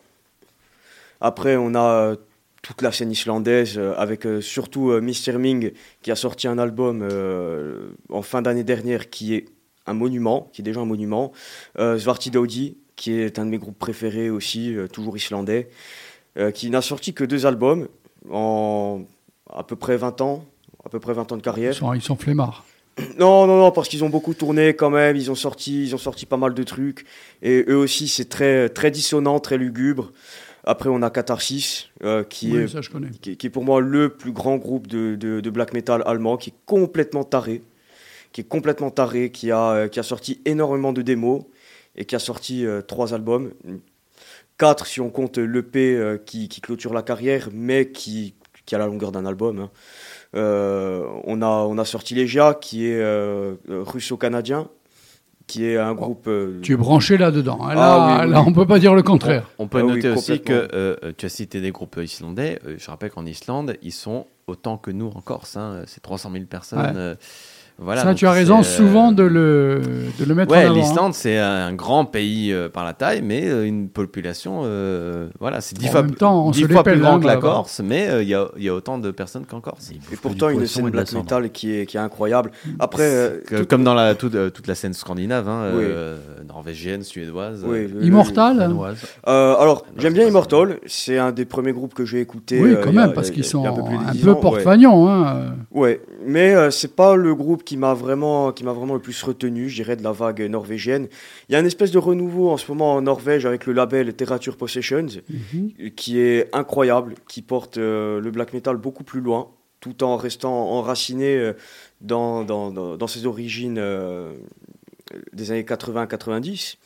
Après, on a euh, toute la scène islandaise euh, avec euh, surtout euh, mister Ming qui a sorti un album euh, en fin d'année dernière qui est un monument, qui est déjà un monument. Euh, Svartidóttir, qui est un de mes groupes préférés aussi, euh, toujours islandais, euh, qui n'a sorti que deux albums en à peu près vingt ans, à peu près vingt ans de Ils carrière. sont, ils sont flemmards. Non, non, non, parce qu'ils ont beaucoup tourné quand même, ils ont sorti, ils ont sorti pas mal de trucs, et eux aussi c'est très, très dissonant, très lugubre. Après on a Catharsis, euh, qui, Oui, est, ça je connais. qui, est- qui est pour moi le plus grand groupe de, de, de black metal allemand, qui est complètement taré, qui est complètement taré, qui a, euh, qui a sorti énormément de démos, et qui a sorti euh, trois albums, quatre si on compte l'E P euh, qui, qui clôture la carrière, mais qui, qui a la longueur d'un album, hein. Euh, on, a, on a sorti Legia, qui est euh, euh, russo-canadien, qui est un groupe... euh, Tu es branché là-dedans. hein. Là, Ah, oui, oui. là on peut pas dire le contraire. On peut Ah oui, noter aussi que complètement. euh, tu as cité des groupes islandais. Euh, je rappelle qu'en Islande, ils sont autant que nous en Corse. Hein, c'est trois cent mille personnes. Ouais. euh, voilà, Ça, donc tu as raison c'est, euh, souvent de le, de le mettre en Ouais, avant. hein. l'Islande, c'est un grand pays euh, par la taille, mais euh, une population, euh, voilà, c'est dix En fois, même temps, on dix se fois les plus pèle, grand hein, que la là-bas. Corse, mais euh, il y, a, il y a autant de personnes qu'en Corse. Et pourtant, une scène black metal qui est, qui est incroyable. Après, euh, Que- tout- comme dans la, toute, euh, toute la scène scandinave, hein, Oui. euh, norvégienne, suédoise. oui, euh, le- Immortal. Danoise. Euh, alors, Non, j'aime c'est bien pas Immortal. C'est un des premiers groupes que j'ai écouté. Oui, euh, quand il y a- même, parce il y a- qu'ils il y sont a un peu plus de un dix peu ans, ouais. porte-fagnons. Hein. Ouais, mais euh, c'est pas le groupe qui m'a vraiment, qui m'a vraiment le plus retenu, je dirais, de la vague norvégienne. Il y a une espèce de renouveau en ce moment en Norvège avec le label Literature Possessions, Mhm. qui est incroyable, qui porte euh, le black metal beaucoup plus loin, tout en restant enraciné euh, dans, dans, dans, dans ses origines euh, des années quatre-vingts quatre-vingt-dix.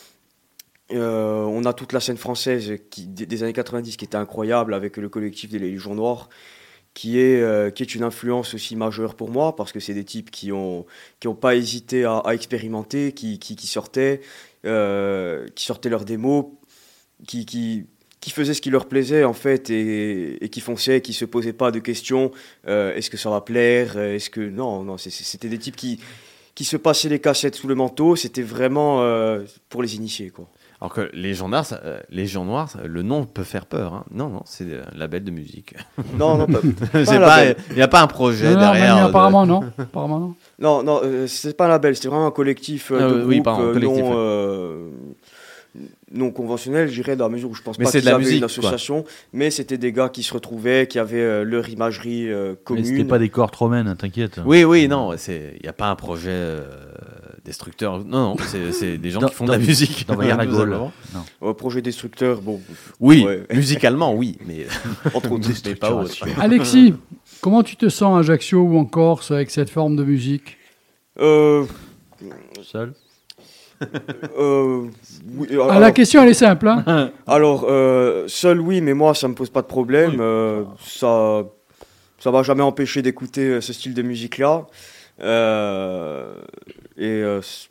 Euh, on a toute la scène française qui, des des années quatre-vingt-dix qui était incroyable avec le collectif des Légions Noires, qui est, euh, qui est une influence aussi majeure pour moi, parce que c'est des types qui ont, qui ont pas hésité à, à expérimenter, qui, qui, qui sortaient, euh, qui sortaient leurs démos, qui, qui, qui faisaient ce qui leur plaisait en fait, et, et qui fonçaient, qui se posaient pas de questions, euh, est-ce que ça va plaire, est-ce que... Non, non, c'est- c'est- c'était des types qui, qui se passaient les cassettes sous le manteau, c'était vraiment euh, pour les initiés, quoi. Alors que Légion Noire, ça- euh, Légion Noire, ça- le nom peut faire peur. Hein. Non, non, c'est un label de musique. Non, non, pas, C'est pas un pas- label. Il n'y a pas un projet Non, non, mais derrière. euh, de- apparemment, non. apparemment, non. Non, non, euh, c'est pas un label, c'était vraiment un collectif euh, Ah, de oui, groupes pardon, euh, collectif, non, ouais. euh, non conventionnels, je dirais, dans la mesure où je pense Mais pas c'est qu'ils de la avaient musique, une quoi. association, mais c'était des gars qui se retrouvaient, qui avaient euh, leur imagerie euh, Mais c'était commune. pas des cordes romaines, hein, t'inquiète. Oui, oui, non, c'est- il n'y a pas un projet euh, destructeur. Non, non, c'est c'est des gens Dans- qui font dans- de la musique. Dans Vaillard la Tout Gaule. simplement. Non. Euh, projet destructeur, bon, Oui, Ouais. musicalement, oui, mais entre autres. mais pas autre. Alexis, comment tu te sens à Ajaccio ou en Corse avec cette forme de musique? Euh, Seul. euh, oui, Ah, alors, la question, elle est simple. Hein. alors, euh, seul oui, mais moi ça me pose pas de problème. euh, ça, ça m'a jamais empêché d'écouter euh, ce style de musique-là. Euh, et euh, c-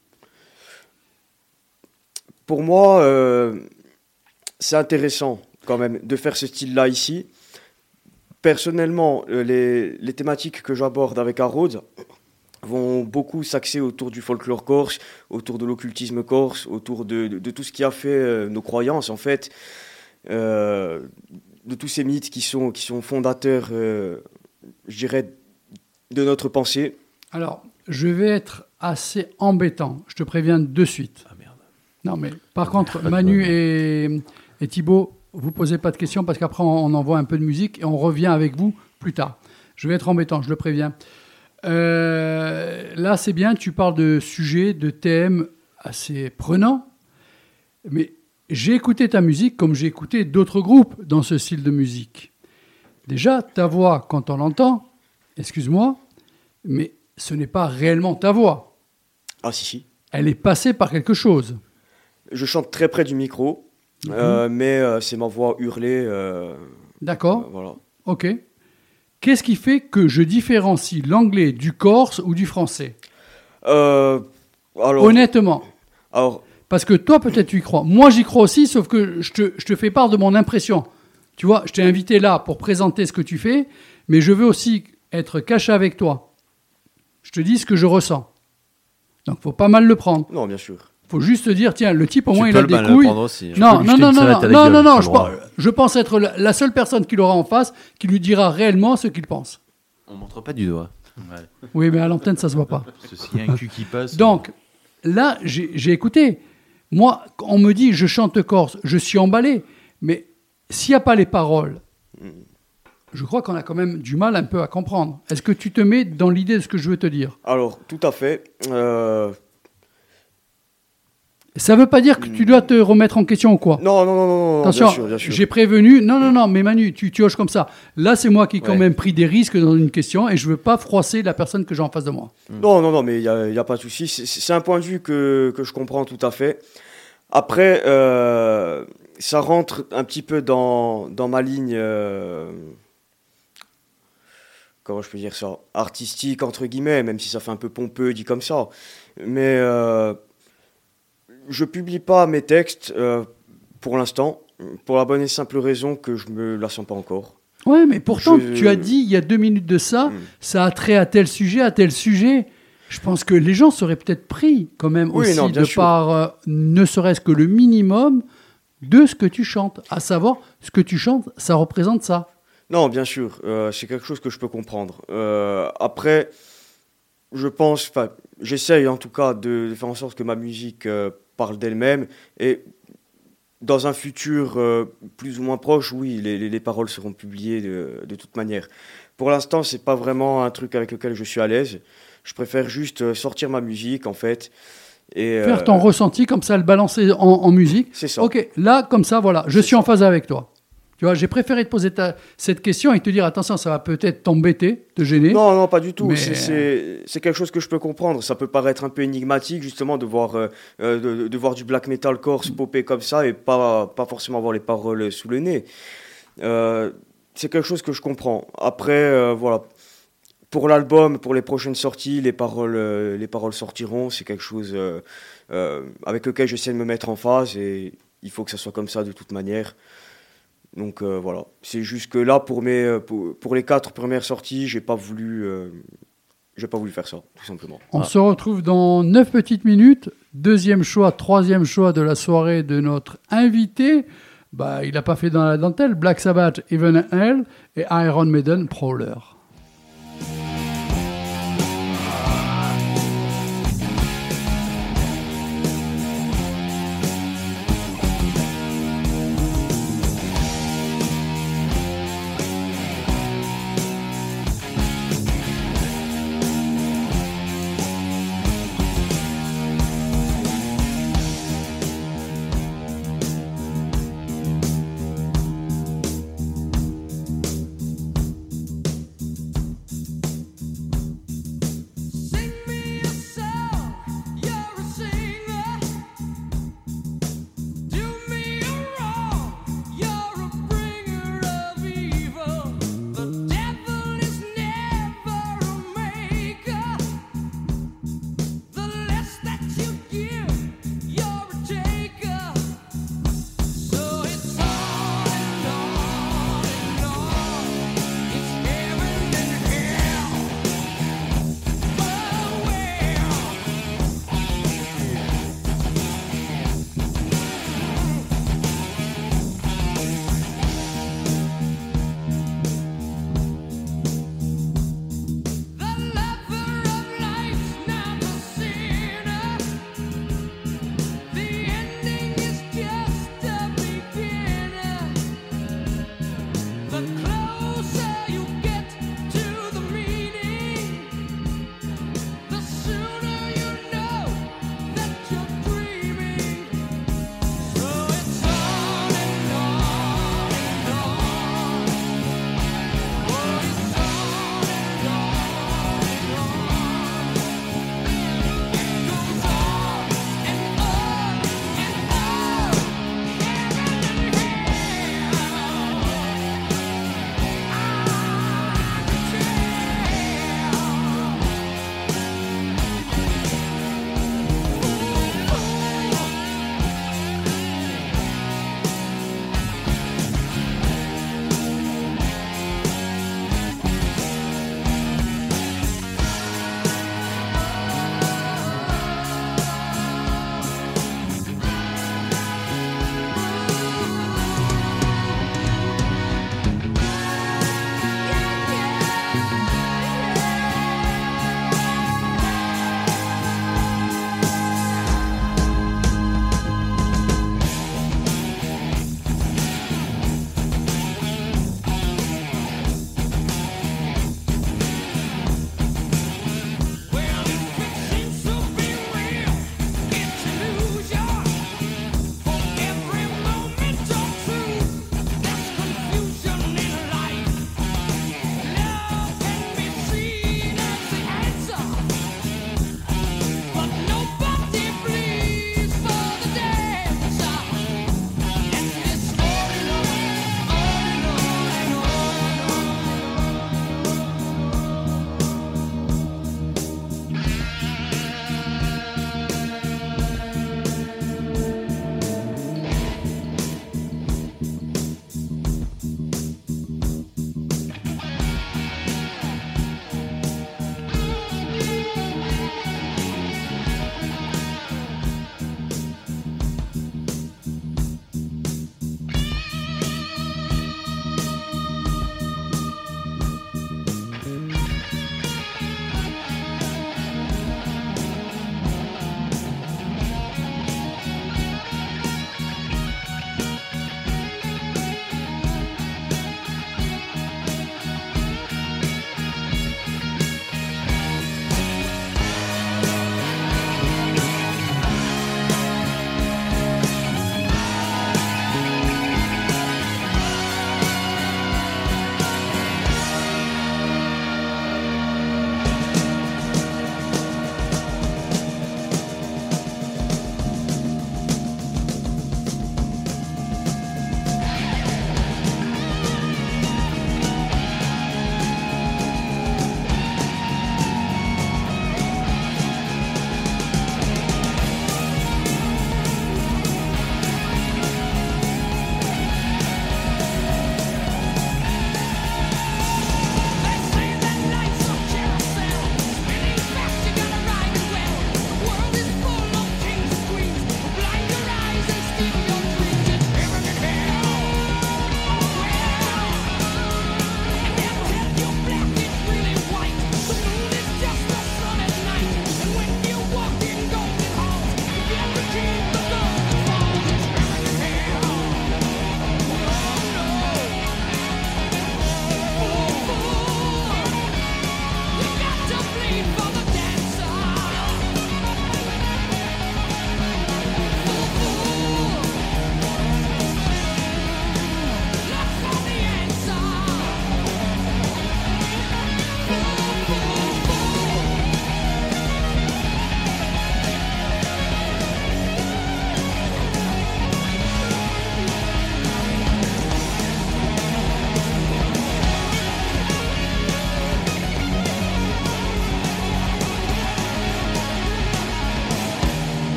pour moi, euh, c'est intéressant quand même de faire ce style-là ici. Personnellement, euh, les, les thématiques que j'aborde avec Harrods vont beaucoup s'axer autour du folklore corse, autour de l'occultisme corse, autour de, de, de tout ce qui a fait euh, nos croyances, en fait, euh, de tous ces mythes qui sont, qui sont fondateurs, euh, je dirais, de notre pensée. Alors, je vais être assez embêtant. Je te préviens de suite. Ah merde. Non, mais par contre, Manu et, et Thibaut, vous posez pas de questions parce qu'après, on, on envoie un peu de musique et on revient avec vous plus tard. Je vais être embêtant, je le préviens. Euh, là, c'est bien, tu parles de sujets, de thèmes assez prenants, mais j'ai écouté ta musique comme j'ai écouté d'autres groupes dans ce style de musique. Déjà, ta voix, quand on l'entend, excuse-moi, mais ce n'est pas réellement ta voix. Ah si, si. Elle est passée par quelque chose. Je chante très près du micro, euh, mais euh, c'est ma voix hurlée. euh, D'accord, euh, voilà. ok. Qu'est-ce qui fait que je différencie l'anglais du corse ou du français? Euh, alors, Honnêtement. alors, Parce que toi, peut-être, tu y crois. Moi, j'y crois aussi, sauf que je te, je te fais part de mon impression. tu vois, je t'ai invité là pour présenter ce que tu fais, mais je veux aussi être caché avec toi. Je te dis ce que je ressens. Donc, faut pas mal le prendre. Non, bien sûr. Faut juste te dire, tiens, le type, au Tu moins, il peux a le des mal le couilles. prendre aussi. Non, peux lui non, jeter non, une non, salade non, à la non, gueule, non, non, t'as je le pense, droit. je pense être la, la seule personne qu'il aura en face qui lui dira réellement ce qu'il pense. On montre pas du doigt. Ouais. Oui, mais à l'antenne, ça se voit pas. Parce que s'il y a un cul qui passe. Donc, là, j'ai j'ai écouté. Moi, on me dit, je chante corse, je suis emballé. Mais s'il n'y a pas les paroles, je crois qu'on a quand même du mal un peu à comprendre. Est-ce que tu te mets dans l'idée de ce que je veux te dire? Alors, tout à fait. Euh, Ça ne veut pas dire que tu dois te remettre en question ou quoi? Non, non, non, non, non, Attention, bien sûr, bien sûr. j'ai prévenu. Non, non, non, mais Manu, tu, tu hoches comme ça. Là, c'est moi qui ai quand Ouais. même pris des risques dans une question et je ne veux pas froisser la personne que j'ai en face de moi. Non, non, non, mais il n'y a, y a pas de souci. C'est- C'est un point de vue que, que je comprends tout à fait. Après, euh, ça rentre un petit peu dans, dans ma ligne, euh, comment je peux dire ça, artistique, entre guillemets, même si ça fait un peu pompeux dit comme ça. Mais euh, je publie pas mes textes euh, pour l'instant, pour la bonne et simple raison que je me la sens pas encore. Ouais, mais pourtant, Je- tu as dit il y a deux minutes de ça, Mm. ça a trait à tel sujet, à tel sujet. Je pense que les gens seraient peut-être pris quand même Oui, aussi non, bien de sûr. par euh, ne serait-ce que le minimum de ce que tu chantes. À savoir, ce que tu chantes, ça représente ça. Non, bien sûr, euh, c'est quelque chose que je peux comprendre. Euh, après, je pense, enfin, j'essaye en tout cas de, de faire en sorte que ma musique euh, parle d'elle-même et dans un futur euh, plus ou moins proche, oui, les, les- les paroles seront publiées de, de toute manière. Pour l'instant, c'est pas vraiment un truc avec lequel je suis à l'aise. Je préfère juste euh, sortir ma musique en fait et Faire euh, ton ressenti comme ça, le balancer en, en musique. c'est ça. Ok, là, comme ça, voilà, je C'est suis en ça. phase avec toi. Tu vois, j'ai préféré te poser ta- cette question et te dire, attention, ça va peut-être t'embêter, te gêner. Non, non, pas du tout. Mais- C'est- C'est c'est quelque chose que je peux comprendre. Ça peut paraître un peu énigmatique, justement, de voir, euh, euh, de, de voir du black metal corse popper comme ça et pas, pas forcément avoir les paroles sous le nez. Euh, c'est quelque chose que je comprends. Après, euh, voilà. Pour l'album, pour les prochaines sorties, les paroles, euh, les paroles sortiront. C'est quelque chose euh, euh, avec lequel j'essaie de me mettre en phase et il faut que ça soit comme ça de toute manière. Donc euh, voilà, c'est juste que là pour mes euh, pour, pour les quatre premières sorties, j'ai pas voulu euh, j'ai pas voulu faire ça tout simplement. On Ah. se retrouve dans neuf petites minutes. Deuxième choix, troisième choix de la soirée de notre invité. Bah, il n'a pas fait dans la dentelle. Black Sabbath, Even Hell et Iron Maiden, Prowler.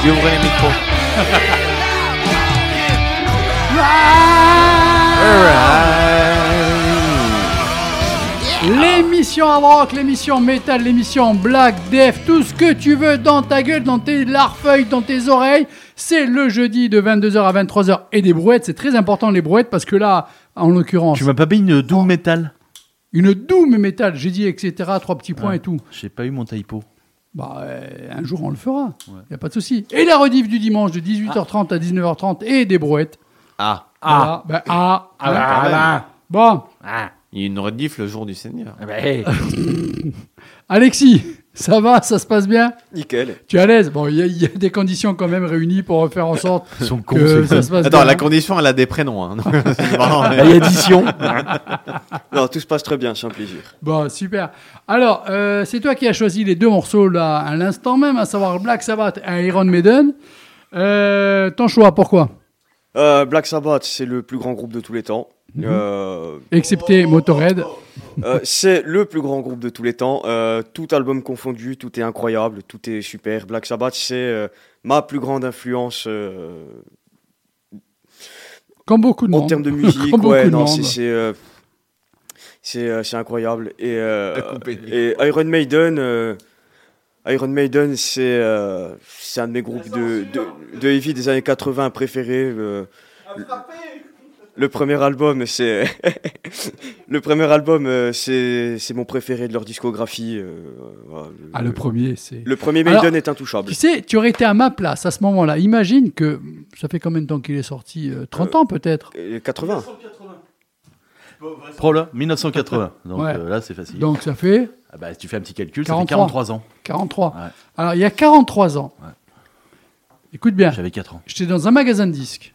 J'ouvre les micros. L'émission hard rock, l'émission métal, l'émission black, death, tout ce que tu veux dans ta gueule, dans tes larfeuilles, dans tes oreilles, c'est le jeudi de vingt-deux heures à vingt-trois heures et des brouettes. C'est très important les brouettes parce que là, en l'occurrence, Tu m'as pas mis une doom métal? une doom métal, j'ai dit et cetera, trois petits points Ouais. et tout. J'ai pas eu mon typo. Bah, euh, un jour on le fera, y a pas de souci. Et la rediff du dimanche de dix-huit heures trente à dix-neuf heures trente et des brouettes. Ah, Voilà. Ben, ah, Ah, hein. bah, quand même. Bon, Il y a une rediff le jour du Seigneur. Alexis, ça va, ça se passe bien? Nickel. Tu es à l'aise? Bon, il y, a- il y a des conditions quand même réunies pour faire en sorte Ils sont cons, que c'est ça se passe Attends, bien. la condition, elle a des prénoms. Hein. C'est vraiment- Il y a addition. Non, tout se passe très bien, c'est un plaisir. Bon, super. Alors, euh, c'est toi qui as choisi les deux morceaux là à l'instant même, à savoir Black Sabbath et Iron Maiden. Euh, ton choix, pourquoi? Euh, Black Sabbath, c'est le plus grand groupe de tous les temps. Euh, Excepté Motorhead. euh, c'est le plus grand groupe de tous les temps. Euh, tout album confondu, tout est incroyable, tout est super. Black Sabbath, c'est euh, ma plus grande influence euh, Comme beaucoup de en monde. termes de musique. Comme ouais, beaucoup de non, monde. c'est c'est euh, c'est euh, c'est incroyable. Et, euh, T'as coupé. et Iron Maiden, euh, Iron Maiden, c'est euh, c'est un de mes groupes de, de, de heavy des années quatre-vingts préférés. euh, le, le premier album, c'est le premier album, euh, c'est c'est mon préféré de leur discographie. euh, voilà, le, Ah, le premier, c'est... le premier Maiden Alors, est intouchable. Tu sais, tu aurais été à ma place à ce moment-là. Imagine que... Ça fait combien de temps qu'il est sorti? euh, trente ans peut-être? Et quatre-vingts. Pro là, dix-neuf cent quatre-vingts. Donc Ouais. euh, là, c'est facile. Donc ça fait Ah bah, si tu fais un petit calcul, quarante-trois. ça fait quarante-trois ans. quarante-trois. Ouais. Alors, il y a quarante-trois ans. Ouais. Écoute bien. J'avais quatre ans. J'étais dans un magasin de disques.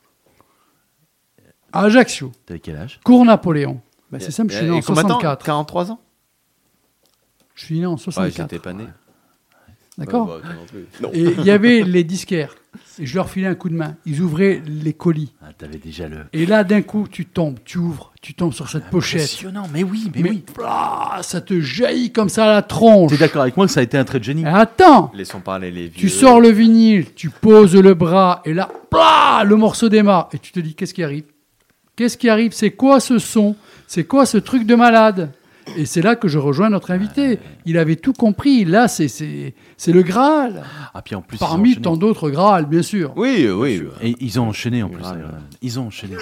À Ajaccio. T'avais quel âge? Cours Napoléon. Ben, c'est simple, je suis né Et en combien de temps soixante-quatre. quarante-trois ans. Je suis né en Ouais, soixante-quatre. j'étais pas né. D'accord? Ouais, bah, toi non plus. Non. Et il y avait les disquaires. Et je leur filais un coup de main. Ils ouvraient les colis. Ah, t'avais déjà le. Et là, d'un coup, tu tombes, tu ouvres, tu tombes sur cette pochette. Impressionnant, mais oui, mais, Mais oui. ah, ça te jaillit comme ça à la tronche. T'es d'accord avec moi que ça a été un trait de génie? Et attends, Laissons parler les vieux. tu sors le vinyle, tu poses le bras, et là, plah, le morceau démarre. Et tu te dis, qu'est-ce qui arrive? Qu'est-ce qui arrive? C'est quoi ce son? C'est quoi ce truc de malade? Et c'est là que je rejoins notre invité. Il avait tout compris. Là, c'est, c'est, c'est le Graal. Ah, puis en plus. ils ont Parmi enchaîné. tant d'autres Graal, bien sûr. Oui, oui. Et ils ont enchaîné en plus. Ah, Iron Man. Ils ont enchaîné.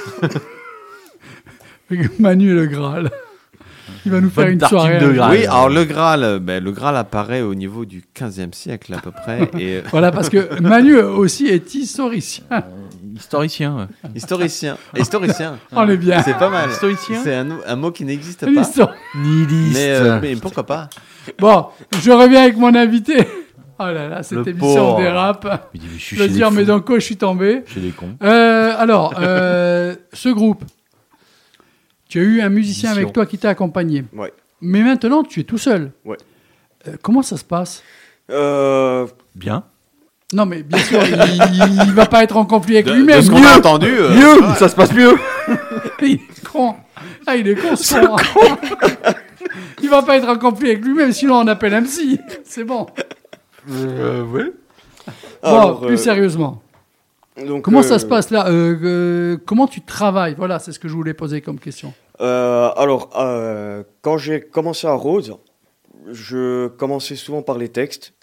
Manu et le Graal. Il va nous faire Bonne une tartine soirée. de un Graal. jour. Oui, alors le Graal, euh, ben, le Graal apparaît au niveau du quinzième siècle à peu près. Et euh, Voilà, parce que Manu aussi est historicien. Historicien. ouais. historicien. Historicien. On est bien. C'est pas mal. Historicien C'est un, un mot qui n'existe Un pas. histoire- Nihiliste. Mais, euh, mais pourquoi pas? Bon, je reviens avec mon invité. Oh là là, cette Le émission pauvre. dérape. Il dit, mais je suis Je veux chez dire, les mais fous, dans quoi je suis tombé? chez les cons. Euh, alors, euh, ce groupe, tu as eu un musicien Mission. avec toi qui t'a accompagné. Ouais. Mais maintenant, tu es tout seul. Ouais. Euh, comment ça se passe? Euh, Bien. Non, mais bien sûr, il, il va pas être en conflit avec De, lui-même. de ce qu'on Mieux. a entendu. euh, Mieux, ça se passe mieux. Il est con. Ah, il est con, ce con. Il va pas être en conflit avec lui-même, sinon on appelle M C. C'est bon. Euh, ouais. Bon, alors, plus euh, sérieusement. donc, Comment euh, ça se passe là euh, euh, Comment tu travailles? Voilà, c'est ce que je voulais poser comme question. Euh, alors, euh, quand j'ai commencé à Rhodes, je commençais souvent par les textes.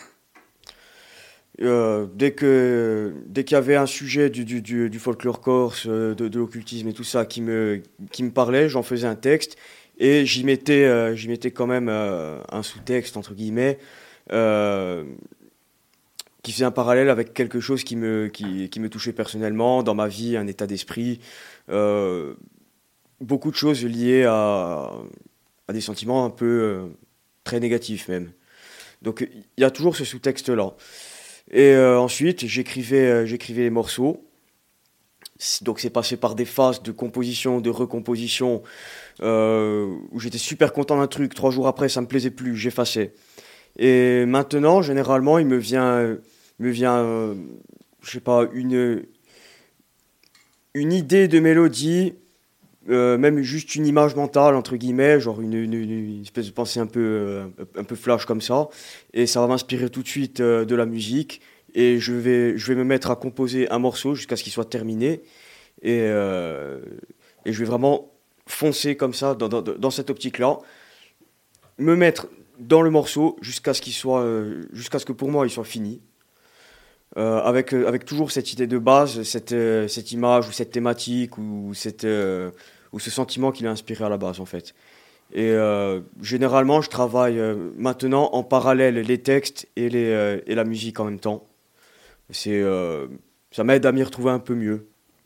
Euh, dès que dès qu'il y avait un sujet du, du, du, du folklore corse, euh, de, de l'occultisme et tout ça qui me, qui me parlait, j'en faisais un texte et j'y mettais, euh, j'y mettais quand même euh, un sous-texte, entre guillemets, euh, qui faisait un parallèle avec quelque chose qui me, qui, qui me touchait personnellement, dans ma vie, un état d'esprit. Euh, beaucoup de choses liées à, à des sentiments un peu euh, très négatifs même. Donc il y a toujours ce sous-texte-là. Et euh, ensuite, j'écrivais, euh, j'écrivais les morceaux. C- Donc c'est passé par des phases de composition, de recomposition, euh, où j'étais super content d'un truc. Trois jours après, ça me plaisait plus, j'effaçais. Et maintenant, généralement, il me vient, il me vient, euh, je sais pas, une une idée de mélodie. Euh, même juste une image mentale, entre guillemets, genre une, une, une espèce de pensée un peu, euh, un peu flash comme ça, et ça va m'inspirer tout de suite euh, de la musique, et je vais, je vais me mettre à composer un morceau jusqu'à ce qu'il soit terminé. Et, euh, et je vais vraiment foncer comme ça, dans, dans, dans cette optique-là, me mettre dans le morceau jusqu'à ce qu'il soit, euh, jusqu'à ce que pour moi il soit fini. Euh, avec, euh, avec toujours cette idée de base, cette, euh, cette image ou cette thématique ou, cette, euh, ou ce sentiment qui l'a inspiré à la base en fait. Et euh, généralement je travaille euh, maintenant en parallèle les textes et, les, euh, et la musique en même temps. C'est, euh, ça m'aide à m'y retrouver un peu mieux.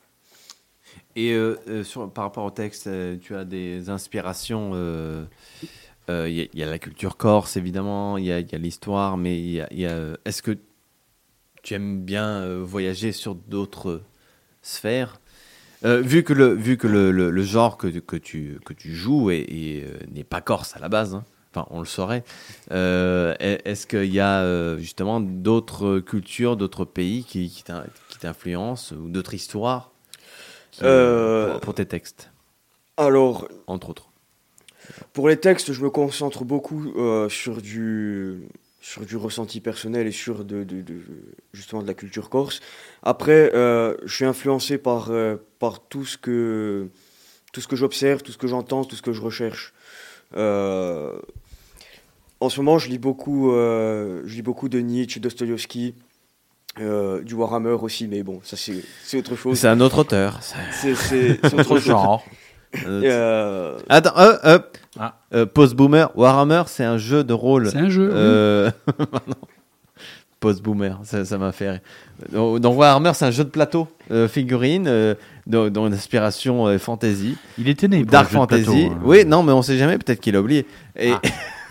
Et euh, euh, sur, par rapport au texte, euh, tu as des inspirations. Il euh, euh, y, y a la culture corse, évidemment, il y a, y a l'histoire, mais y a, y a, est-ce que tu aimes bien euh, voyager sur d'autres sphères euh, vu que le, vu que le, le, le genre que, que, tu, que tu joues est, est, euh, n'est pas corse à la base, hein, enfin on le saurait, euh, est-ce qu'il y a euh, justement d'autres cultures, d'autres pays qui, qui, t'in, qui t'influencent ou d'autres histoires qui, Euh, pour, pour tes textes, Alors, entre autres? pour les textes, je me concentre beaucoup euh, sur du sur du ressenti personnel et sur de, de, de justement de la culture corse. Après, euh, je suis influencé par euh, par tout ce que tout ce que j'observe, tout ce que j'entends, tout ce que je recherche. Euh, en ce moment, je lis beaucoup euh, je lis beaucoup de Nietzsche, Dostoïevski, euh, du Warhammer aussi, mais bon, ça c'est c'est autre chose. C'est un autre auteur. C'est... C'est c'est, c'est autre chose. genre. Euh, Euh, Attends, euh, euh, Ah. euh, Post-Boomer, Warhammer, c'est un jeu de rôle. C'est un jeu. oui. Euh... non. Post-Boomer, ça, ça m'a fait rire. Dans, dans Warhammer, c'est un jeu de plateau, euh, figurine, euh, dont, dont une inspiration euh, fantasy, Il était né pour dark le jeu de fantasy. plateau, hein. Oui, non, mais on sait jamais, peut-être qu'il a oublié. Et... Ah.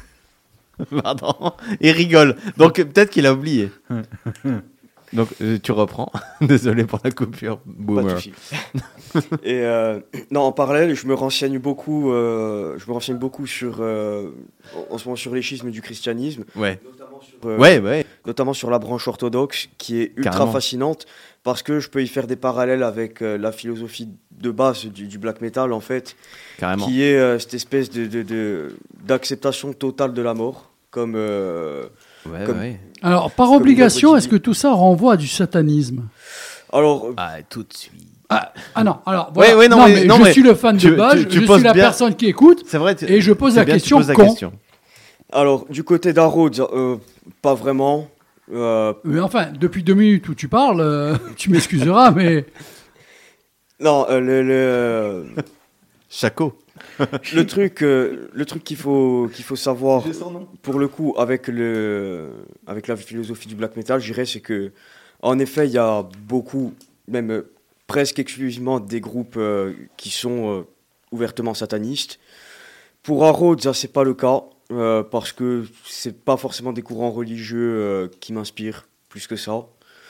Pardon, il rigole. Donc peut-être qu'il a oublié. Donc euh, tu reprends. Désolé pour la coupure. Pas de Boomer. souci. Et euh, non, en parallèle, je me renseigne beaucoup. Euh, je me renseigne beaucoup sur, euh, en ce moment, sur les schismes du christianisme, Ouais. notamment sur, euh, Ouais, ouais. notamment sur la branche orthodoxe, qui est ultra Carrément. fascinante parce que je peux y faire des parallèles avec euh, la philosophie de base du, du black metal, en fait, Carrément. qui est euh, cette espèce de, de, de- d'acceptation totale de la mort, comme. euh, Ouais, comme- ouais. Alors, par Comme obligation, Robert est-ce que tout ça renvoie à du satanisme? Alors, euh, Ah, tout de suite. Ah, ah non, alors voilà. Ouais, ouais, non, non, mais- mais non, je mais suis le fan tu- de base, tu- tu je poses suis la bien- personne qui écoute. C'est vrai. tu- Et je pose c'est la bien que tu question poses la con. question. alors du côté d'Arrods, euh, pas vraiment. Euh, Mais enfin, depuis deux minutes où tu parles, euh, tu m'excuseras, mais non, euh, le, le, Chaco. le truc, euh, le truc qu'il faut, qu'il faut savoir, pour le coup, avec, le, avec la philosophie du black metal, je dirais, c'est que, en effet, il y a beaucoup, même euh, presque exclusivement des groupes euh, qui sont euh, ouvertement satanistes. Pour Arrods, ça, c'est pas le cas, euh, parce que c'est pas forcément des courants religieux euh, qui m'inspirent plus que ça.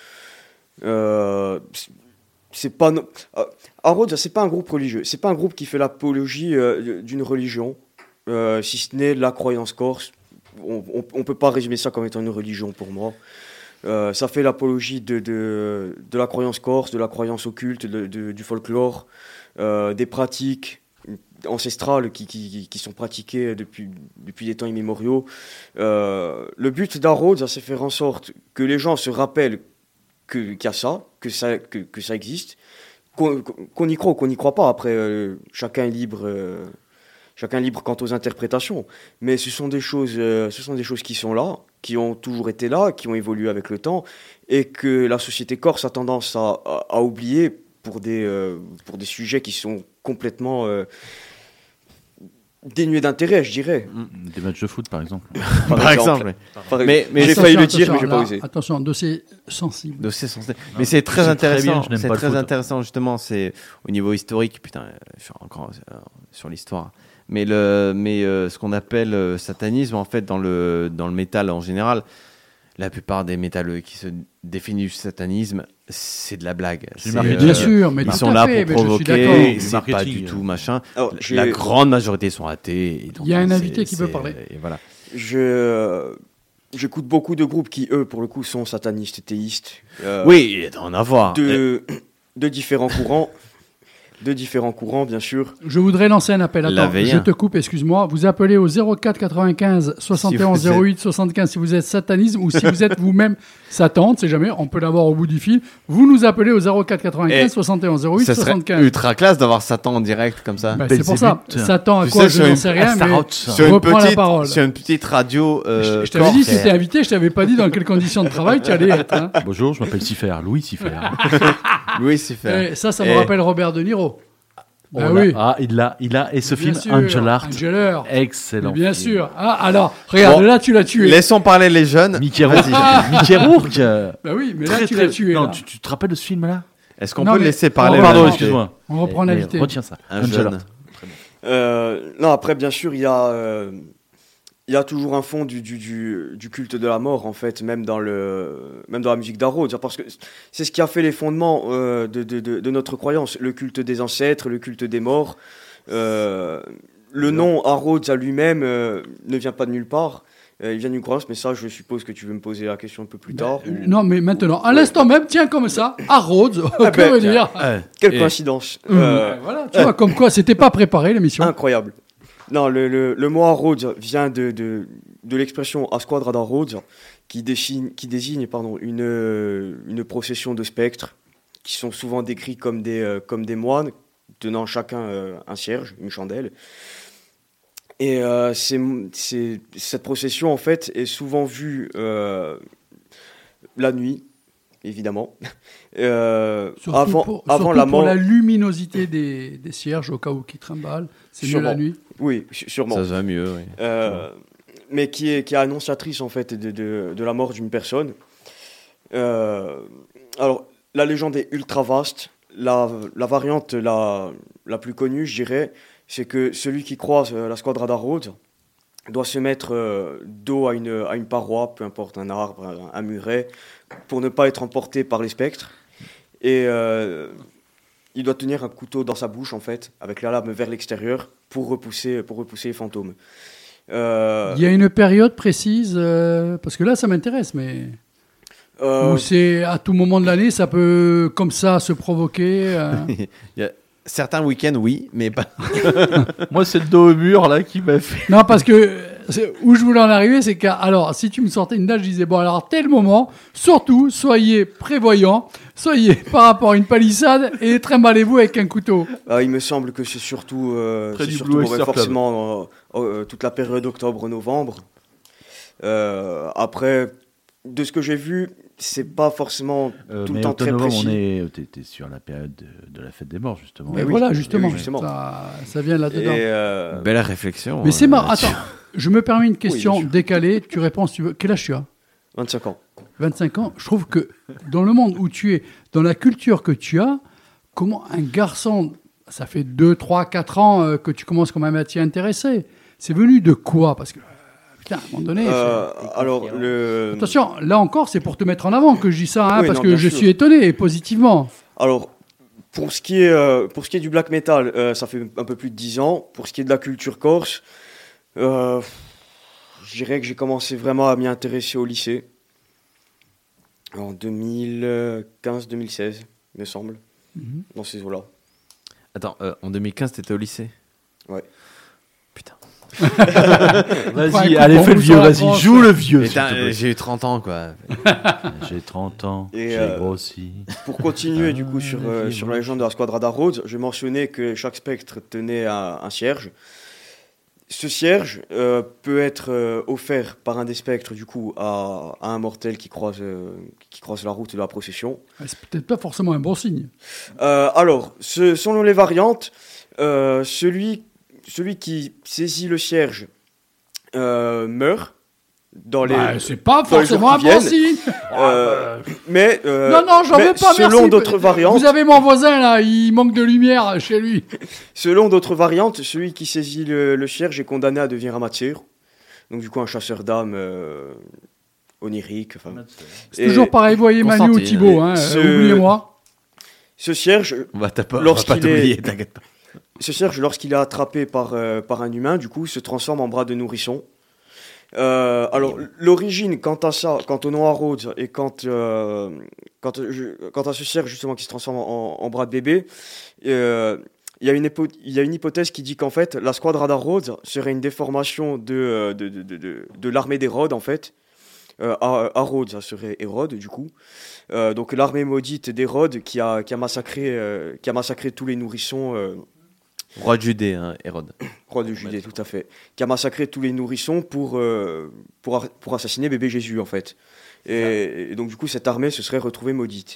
Euh, c'est- c'est pas no- euh, Arrods, c'est pas un groupe religieux, c'est pas un groupe qui fait l'apologie euh, d'une religion, euh, si ce n'est la croyance corse. On, on, on peut pas résumer ça comme étant une religion pour moi. Euh, ça fait l'apologie de, de, de la croyance corse, de la croyance occulte, de- de- du folklore, euh, des pratiques ancestrales qui, qui, qui sont pratiquées depuis, depuis des temps immémoriaux. Euh, le but d'Arrods, c'est faire en sorte que les gens se rappellent que- qu'il y a ça, que ça, que, que ça existe, qu'on, qu'on y croit ou qu'on n'y croit pas. Après, euh, chacun est libre, euh, chacun est libre quant aux interprétations. Mais ce sont des choses, euh, ce sont des choses qui sont là, qui ont toujours été là, qui ont évolué avec le temps, et que la société corse a tendance à, à, à oublier pour des, euh, pour des sujets qui sont complètement euh, dénués d'intérêt, je dirais. Des matchs de foot, par exemple. Par exemple. Par Mais- exemple. mais j'ai attention, failli le dire, mais attention, j'ai pas là, osé. Attention, dossier sensible. Dossier censé. Non, Mais c'est je très sais très intéressant. bien, je n'aime C'est pas le très foot. intéressant justement. C'est au niveau historique. Putain, euh, je suis encore euh, sur l'histoire. Mais le, mais euh, ce qu'on appelle euh, satanisme en fait dans le dans le métal en général, la plupart des métalleux qui se définissent satanisme, c'est de la blague. C'est du C'est, marketing. Bien sûr, mais ils tout sont à là fait, pour mais je suis provoquer. d'accord. et Du C'est pas marketing, du euh. tout machin. Alors, La- j'ai- La grande majorité sont athées. et donc Il y a un c'est- invité qui peut c'est- parler. Et voilà. Je, euh, j'écoute beaucoup de groupes qui, eux, pour le coup, sont satanistes et théistes. euh, Oui, il doit en avoir. De, de différents courants. de différents courants, bien sûr. Je voudrais lancer un appel. La Attends, veille. je te coupe, excuse-moi. Vous appelez au zéro quatre quatre-vingt-quinze soixante et onze Si vous zéro huit soixante-quinze si vous êtes satanisme ou si vous êtes vous-même Satan, on ne sait jamais, on peut l'avoir au bout du fil. Vous nous appelez au zéro quatre quatre-vingt-quinze Et soixante et onze zéro huit Ça serait soixante-quinze. ultra classe d'avoir Satan en direct comme ça. Bah, c'est pour ça. Belzébuth. Satan à Tu quoi, sais, je sur n'en une- sais rien, mais Astaroth. Sur une, reprends la petite, parole. sur une petite radio. Euh, je t'avais dit que corse. tu étais invité, je t'avais pas dit dans quelles conditions de travail tu allais être. Hein. Bonjour, je m'appelle Sifer, Louis Sifer. Louis Sifer. Et ça, ça me Et- rappelle Robert De Niro. Oh Bah là, oui. Ah, il l'a, il a. Et ce Bien film, sûr, Angel Heart, Angel Heart. excellent. Bien film. sûr. Ah, alors, regarde, Bon, là, tu l'as tué. Laissons parler les jeunes. Mickey Vas-y. Rourke. Mickey Rourke. euh, Bah oui, mais là, très, tu très- l'as tué. Non, là. tu, tu te rappelles de ce film-là Est-ce qu'on Non, peut mais- laisser parler Oh, Pardon, le- excuse-moi. On reprend Mais- l'invité. mais Retiens ça. Un Angel jeune. Heart. Euh, non, après, bien sûr, il y a, euh, il y a toujours un fond du, du, du, du culte de la mort, en fait, même dans, le, même dans la musique d'Aro. Parce que c'est ce qui a fait les fondements euh, de, de, de, de notre croyance. Le culte des ancêtres, le culte des morts. Euh, le nom Harrods à lui-même euh, ne vient pas de nulle part. Euh, il vient d'une croyance, mais ça, je suppose que tu veux me poser la question un peu plus tard. Euh, ou- Non, mais maintenant, à Ouais. l'instant même, tiens, comme ça, à Rhodes, Ah que ben, veut dire Quelle Et- coïncidence. Hum, Euh, Voilà, tu vois, comme quoi, c'était pas préparé l'émission. Incroyable. Non, le, le, le mot Harrods vient de, de, de l'expression A Squadra d'Harrods, qui, désigne, qui désigne pardon, une, euh, une procession de spectres, qui sont souvent décrits comme des, euh, comme des moines, tenant chacun euh, un cierge, une chandelle. Et euh, c'est, c'est, cette procession, en fait, est souvent vue euh, la nuit, évidemment. Euh, Surtout avant pour, avant surtout la pour mort. la luminosité des, des cierges, au cas où qui trimballent. C'est mieux Sûrement. la nuit. Oui, su- sûrement. Ça se va mieux, oui. Euh, mais qui est, qui est annonciatrice en fait de, de, de la mort d'une personne. Euh, alors, la légende est ultra vaste. La, la variante la, la plus connue, je dirais, c'est que celui qui croise euh, la Squadra d'Harrods doit se mettre euh, dos à une, à une paroi, peu importe, un arbre, un, un muret, pour ne pas être emporté par les spectres. Et euh, il doit tenir un couteau dans sa bouche, en fait, avec la lame vers l'extérieur, pour repousser, pour repousser les fantômes. Euh, Il y a une période précise, euh, parce que là, ça m'intéresse, mais euh, où c'est à tout moment de l'année, ça peut comme ça se provoquer. euh. Il y a certains week-ends, oui, mais pas. Moi, c'est le dos au mur là qui m'a fait. Non, parce que c'est- où je voulais en arriver, c'est que alors, si tu me sortais une date, je disais bon, alors à tel moment, surtout, soyez prévoyants, soyez par rapport à une palissade et trimballez-vous avec un couteau. ah, il me semble que c'est surtout, euh, Près c'est du surtout Blue ouais, Oyster Club. forcément euh, euh, toute la période octobre-novembre. Euh, après, de ce que j'ai vu, c'est pas forcément Euh, tout mais le temps très autonome, précis. on est, t'es, t'es sur la période de, de la fête des morts justement. Mais oui, voilà, oui, justement, oui, justement. Ça, ça vient Et, là-dedans. euh, Belle réflexion. Mais c'est euh, marrant. là-dessus. Attends, je me permets une question bien sûr. décalée. Tu réponds si tu veux. Quel âge tu as vingt-cinq ans. vingt-cinq ans. Je trouve que dans le monde où tu es, dans la culture que tu as, comment un garçon, ça fait deux, trois, quatre ans euh, que tu commences quand même à t'y intéresser. C'est venu de quoi? Parce que, euh, putain, à un moment donné. Euh, c'est- alors, le... Attention, là encore, c'est pour te mettre en avant que je dis ça, hein, Oui, parce non, que bien je sûr. suis étonné, et positivement. Alors, pour ce qui est, euh, pour ce qui est du black metal, euh, ça fait un peu plus de dix ans. Pour ce qui est de la culture corse, euh, je dirais que j'ai commencé vraiment à m'y intéresser au lycée. En deux mille quinze deux mille seize, il me semble, Mhm. dans ces eaux-là. Attends, euh, en deux mille quinze, t'étais au lycée? Ouais. Putain. Vas-y, Ouais, allez, écoute, fais le on vieux, vous vas-y, s'en joue le vieux. s'il Putain, te plaît. j'ai eu trente ans, quoi. J'ai trente ans, Et, j'ai euh, grossi. Pour continuer Ah, du coup sur, euh, vas-y, sur vas-y. la légende de la Squadra d'Harrods, je mentionnais que chaque spectre tenait un, un cierge. Ce cierge euh, peut être euh, offert par un des spectres du coup à, à un mortel qui croise, euh, qui croise la route de la procession. Ouais, C'est peut-être pas forcément un bon signe. Euh, alors, ce- selon les variantes, euh, celui, celui qui saisit le cierge euh, meurt dans les... Bah, c'est pas dans les jours forcément un qui bon viennent. signe. euh, mais euh, non, non, j'en mais veux pas, selon merci. d'autres variantes, Vous avez mon voisin, là, il manque de lumière chez lui. selon d'autres variantes, celui qui saisit le, le cierge est condamné à devenir un matir. Donc du coup, un chasseur d'âmes euh, onirique. enfin. C'est Et toujours pareil, voyez Manu ou Constantine, Thibaut, hein, ce- euh, oubliez-moi. Ce cierge, On va, t'as pas, on va Lorsqu'il pas t'oublier, est- t'inquiète pas. Ce cierge, lorsqu'il est attrapé par, euh, par un humain, du coup, se transforme en bras de nourrisson. Euh, alors, l'origine, quant à ça, quant au nom Harrods et quant, euh, quant, je- quant à ce cierge, justement, qui se transforme en, en bras de bébé, euh, il y a une hypo- il y a une hypothèse qui dit qu'en fait, la Squadra Rhodes serait une déformation de, euh, de, de, de, de, de l'armée d'Hérode, en fait. Euh, à, à Rhodes, ça serait Hérode, du coup. Euh, donc l'armée maudite d'Hérode qui a, qui, a massacré, euh, qui a massacré tous les nourrissons... Euh, Roi de Judée, hein, Hérode. Roi de Judée, tout à fait. Qui a massacré tous les nourrissons pour, euh, pour, ar- pour assassiner bébé Jésus, en fait. Et, et donc, du coup, cette armée se serait retrouvée maudite.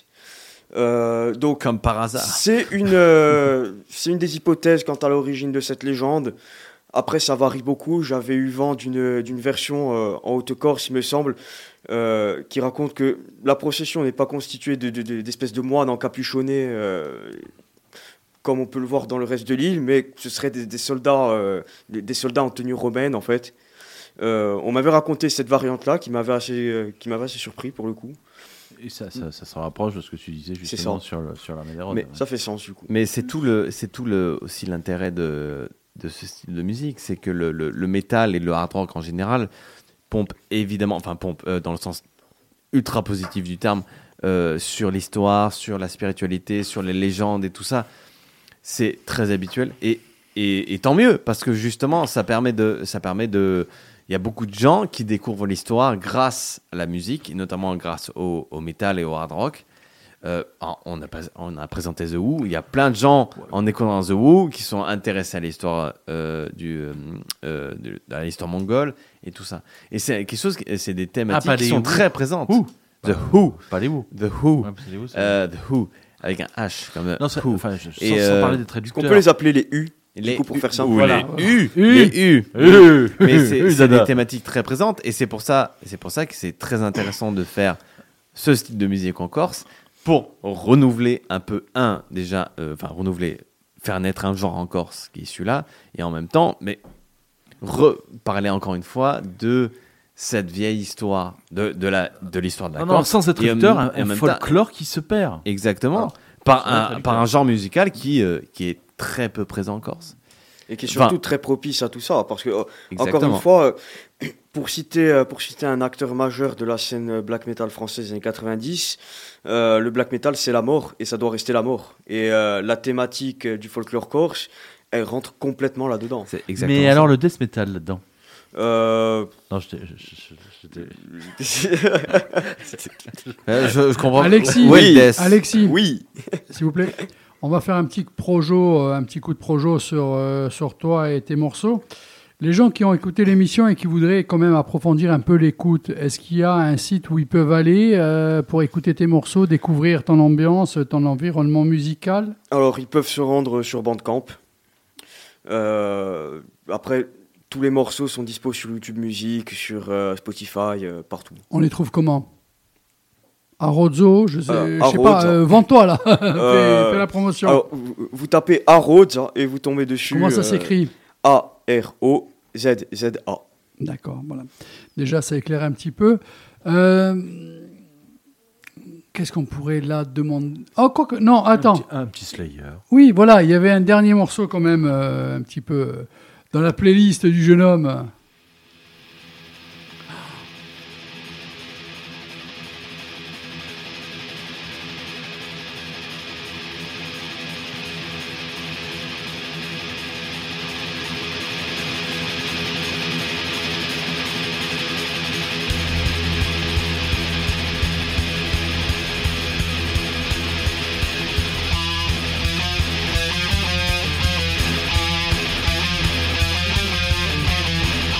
Euh, donc, Comme par hasard. c'est une, euh, c'est une des hypothèses quant à l'origine de cette légende. Après, ça varie beaucoup. J'avais eu vent d'une, d'une version euh, en Haute-Corse, il me semble, euh, qui raconte que la procession n'est pas constituée de, de, de- d'espèces de moines encapuchonnés, euh, comme on peut le voir dans le reste de l'île, mais ce seraient des, des soldats, euh, des, des soldats en tenue romaine, en fait. Euh, on m'avait raconté cette variante-là, qui m'avait assez, euh, qui m'avait assez surpris, pour le coup. Et ça, ça, ça se rapproche de ce que tu disais C'est justement ça. sur, le, sur l'armée d'Hérode. Mais ouais. ça fait sens, du coup. Mais c'est tout le, c'est tout le, aussi l'intérêt de, de ce style de musique, c'est que le, le, le métal et le hard rock en général pompe évidemment, enfin pompe euh, dans le sens ultra positif du terme, euh, sur l'histoire, sur la spiritualité, sur les légendes et tout ça. C'est très habituel et, et, et tant mieux parce que justement ça permet de, ça permet de, il y a beaucoup de gens qui découvrent l'histoire grâce à la musique, et notamment grâce au, au métal et au hard rock. Euh, on, a, pas- on a présenté The Who. Il y a plein de gens en écoutant The Who qui sont intéressés à l'histoire euh, du, euh, euh, de, à l'histoire mongole et tout ça. Et c'est quelque chose, qui- c'est des thématiques pas qui les sont Who. très présentes. Who. The Who, Pas les Who. The Who, Ouais, parce que les Who, c'est- euh, The Who avec un H comme non, ça- Who. enfin, je- sans, Et, sans euh, parler des On traducteurs. peut les appeler les U, Les du coup, pour U- faire simple. ou Voilà. les U, U. les U. Euh, Mais c'est euh, c'est Dada. des thématiques très présentes et c'est pour ça, c'est pour ça que c'est très intéressant de faire ce style de musique en Corse pour renouveler un peu un déjà, euh, enfin renouveler, faire naître un genre en Corse qui est celui-là et en même temps, mais reparler encore une fois de cette vieille histoire de, de la de l'histoire de la Non, non, Corse. sans être Et en- traducteur, un, et en un même temps- folklore qui se perd. Exactement. Ah, par, sans être un, traducteur. par un genre musical qui, euh, qui est très peu présent en Corse. Et qui est surtout Enfin- très propice à tout ça. Parce que, euh, encore Exactement. une fois, euh, pour citer, euh, pour citer un acteur majeur de la scène euh, black metal française des années quatre-vingt-dix, euh, le black metal, c'est la mort, et ça doit rester la mort. Et euh, la thématique euh, du folklore corse, elle rentre complètement là-dedans. C'est exactement Mais ça. alors le death metal là-dedans. Euh... Non, je t'ai- je- je- je- j'étais- Euh, je, je comprends. Alexis, Ouais, Death. Alexis, oui, s'il vous plaît. On va faire un petit projo, euh, un petit coup de projo sur, euh, sur toi et tes morceaux. Les gens qui ont écouté l'émission et qui voudraient quand même approfondir un peu l'écoute, est-ce qu'il y a un site où ils peuvent aller euh, pour écouter tes morceaux, découvrir ton ambiance, ton environnement musical? alors ils peuvent se rendre sur Bandcamp. Euh, après, tous les morceaux sont dispo sur YouTube Music, sur euh, Spotify, euh, partout. On les trouve comment? À Rozzo, je sais, Euh, je à sais pas, Rozzo. euh, vends-toi là, fais, Euh, fais la promotion. Alors, vous, vous tapez Arrods et vous tombez dessus. Comment ça euh, s'écrit? A R O Z Z A. D'accord, voilà. Déjà, ça éclaire un petit peu. Euh, Qu'est-ce qu'on pourrait là demander? Oh, quoi que... Non, attends. Un petit, un petit Slayer. Oui, voilà, il y avait un dernier morceau quand même, euh, un petit peu euh, dans la playlist du jeune homme. Thank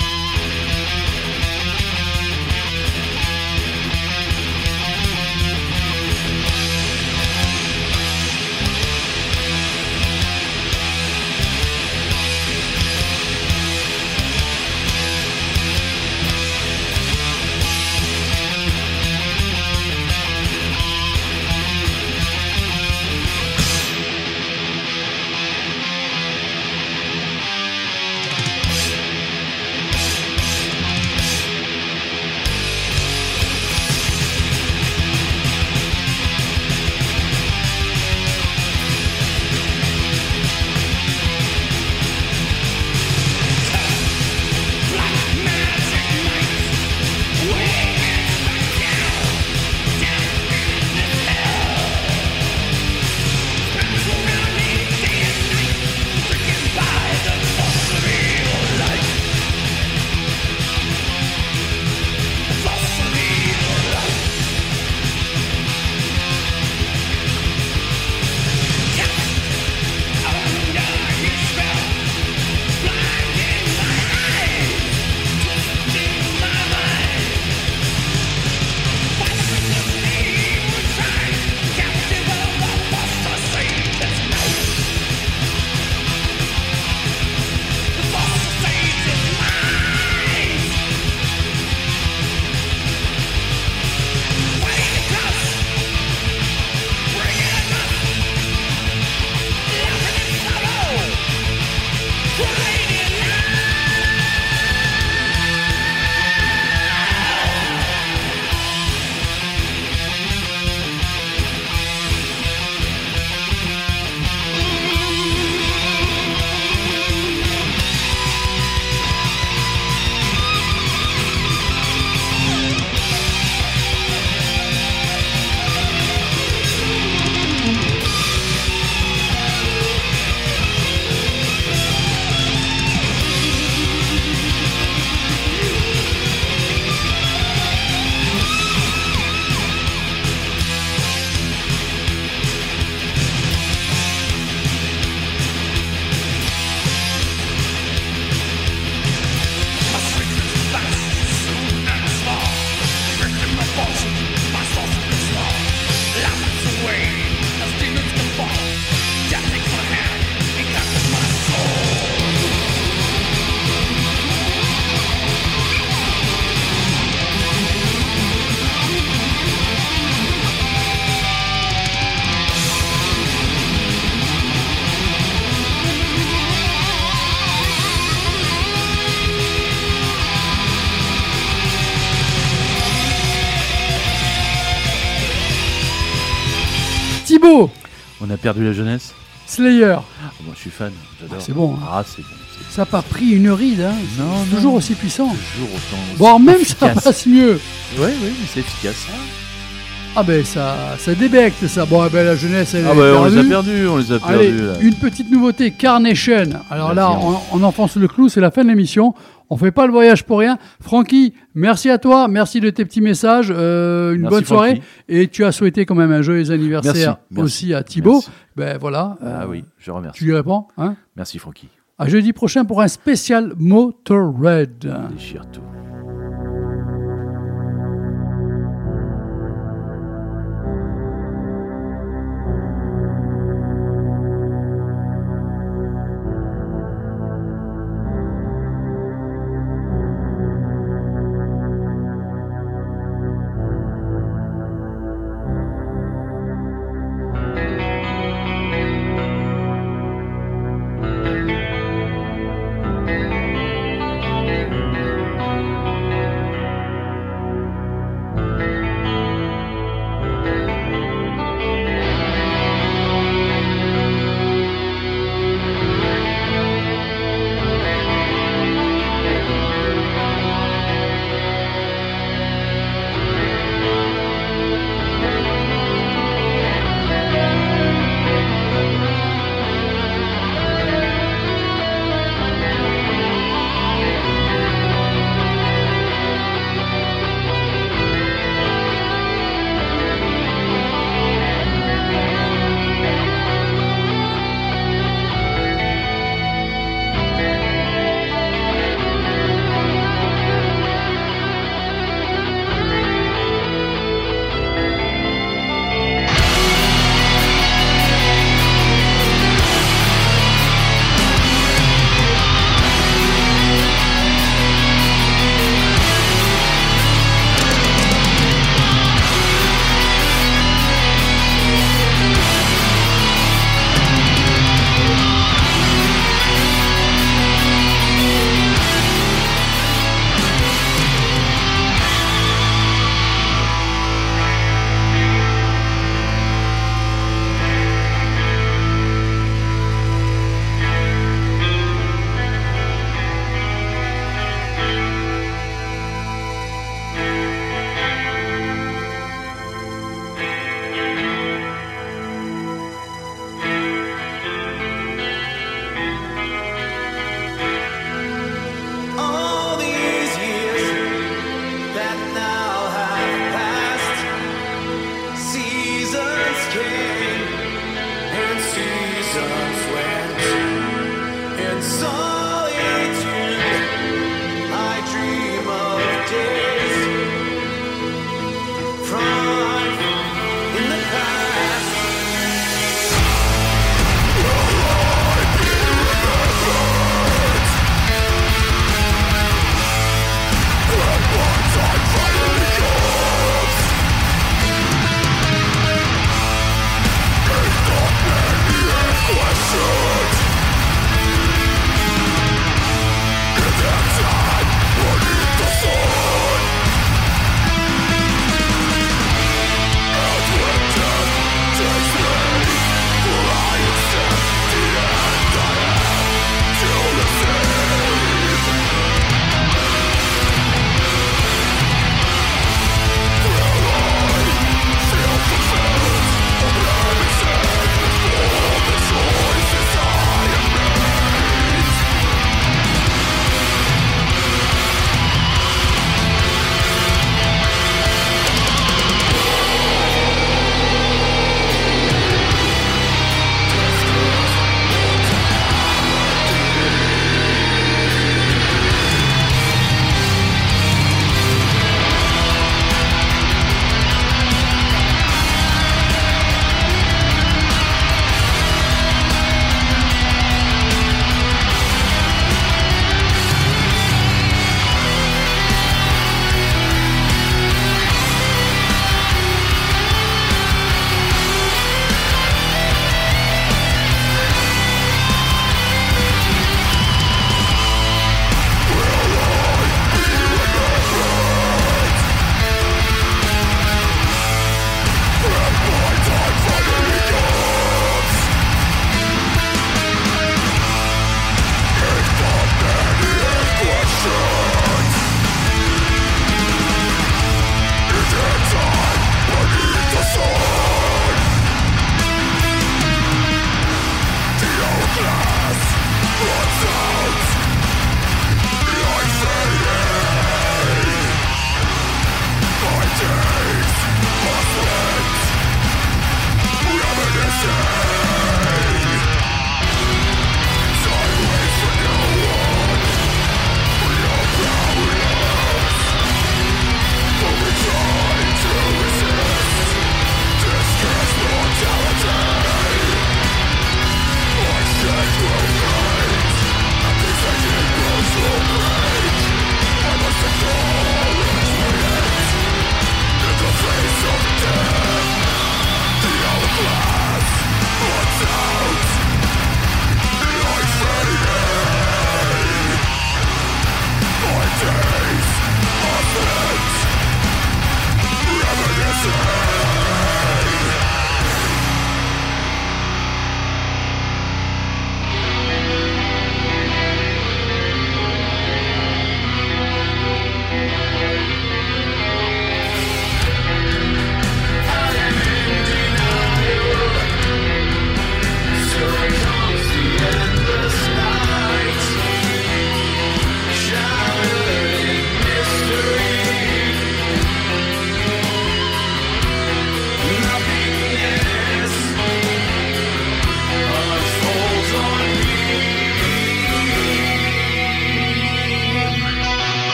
Thibaut, On a perdu la jeunesse. Slayer, Ah, moi, je suis fan, j'adore. Ah, c'est bon, hein. Ah, c'est bon. C'est ça n'a pas pris une ride, hein. Non, C'est non. toujours aussi puissant. toujours autant. Voire même ça efficace. passe mieux. Ouais, ouais, mais c'est efficace. Ah ben ça, ça débecte ça. Bon, eh ben, la jeunesse, elle Ah, est bah, on perdue. les a perdus, on les a Allez, perdus. Là. une petite nouveauté, Carnation. Alors là, Vas-y, on, on enfonce le clou, c'est la fin de l'émission. On fait pas le voyage pour rien. Francky, merci à toi, merci de tes petits messages, euh, une Merci, bonne soirée. Francky. Et tu as souhaité quand même un joyeux anniversaire Merci, merci, aussi à Thibaut. merci. Ben voilà. Ah euh, oui, je remercie. Tu lui réponds, hein. Merci, Francky. À jeudi prochain pour un spécial Motorhead. Déchire tout. Thank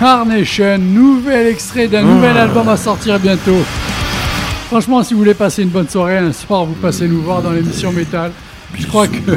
Carnation, nouvel extrait d'un nouvel album à sortir bientôt. Franchement, si vous voulez passer une bonne soirée un soir, vous passez nous voir dans l'émission Métal. Je crois que...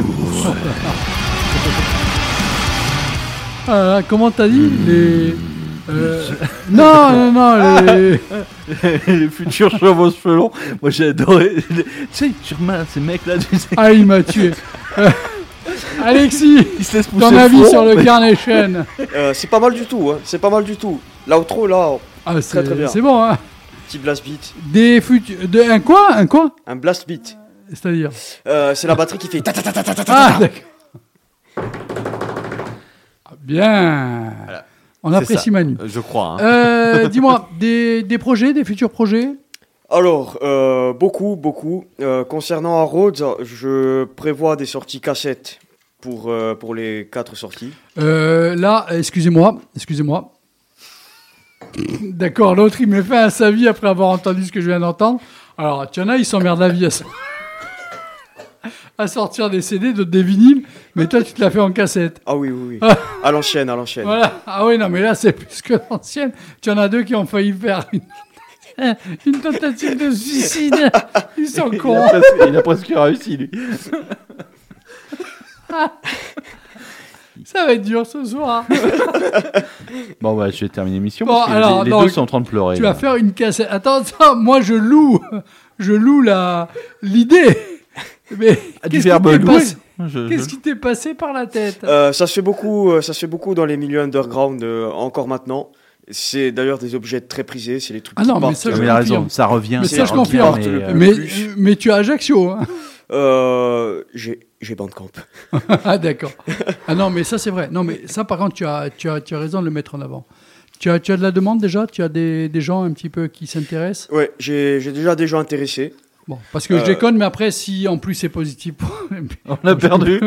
Ah, comment t'as dit les... Euh, non, non, non, les... Les futurs chevaux cheveux longs. Moi j'ai adoré. Tu sais, tu remarques ces mecs là, tu sais, Ah, il m'a tué. Euh, Alexis, ils se laissent pousser ton avis front, sur le mais- Carnation? Euh, c'est pas mal du tout, hein. C'est pas mal du tout. L'outro là, Ah, Très, très bien. c'est bon, hein. petit blast beat. Des futurs... De... Un quoi? Un quoi? Un blast beat. C'est-à-dire? Euh, c'est la batterie qui fait ta ta ta ta ta ta ta. Ah, d'accord. Ah, bien. Voilà. On C'est apprécie ça. Manu. Euh, Je crois. hein. Euh, dis-moi, des, des projets, des futurs projets? Alors, euh, beaucoup, beaucoup. Euh, concernant Rhodes, je prévois des sorties cassettes pour, euh, pour les quatre sorties. Euh, là, excusez-moi, excusez-moi. D'accord, l'autre, il me fait un sa vie après avoir entendu ce que je viens d'entendre. Alors, tu en as, ils s'emmerdent la vie à, so- à sortir des C D, d'autres des vinyles, mais toi, tu te l'as fait en cassette. Ah oui, oui, oui. À l'ancienne, à l'ancienne. Voilà. Ah oui, non, mais là, c'est plus que l'ancienne. Tu en as deux qui ont failli faire une, une tentative de suicide. Ils sont Il cons. a, presque, il a presque réussi lui. Ça va être dur ce soir. Bon bah je vais terminer l'émission Bon, parce que alors, les, les donc, deux sont en train de pleurer. Tu là. vas faire une cassette. Attends, attends, moi je loue, je loue la l'idée. Mais Ah, du qu'est-ce qui verbe t'est louer. passé, Je- qu'est-ce je- qui t'est passé par la tête? Euh, ça se fait beaucoup, euh, ça se fait beaucoup dans les milieux underground euh, encore maintenant. C'est d'ailleurs des objets très prisés, c'est les trucs Ah qui non, mais partent. ça, Non, je mais il a confirme. raison, ça revient. Mais ça ça, je revient, confirme. mais, euh, mais, plus. mais tu as Ajaccio. Hein. Euh, j'ai j'ai Bandcamp. Ah d'accord. Ah non, mais ça c'est vrai. Non, mais ça par contre, tu as, tu as, tu as raison de le mettre en avant. Tu as, tu as de la demande déjà? Tu as des, des gens un petit peu qui s'intéressent? Ouais, j'ai j'ai déjà des gens intéressés. Bon, parce que Euh. je déconne, mais après, si en plus c'est positif... On l'a perdu.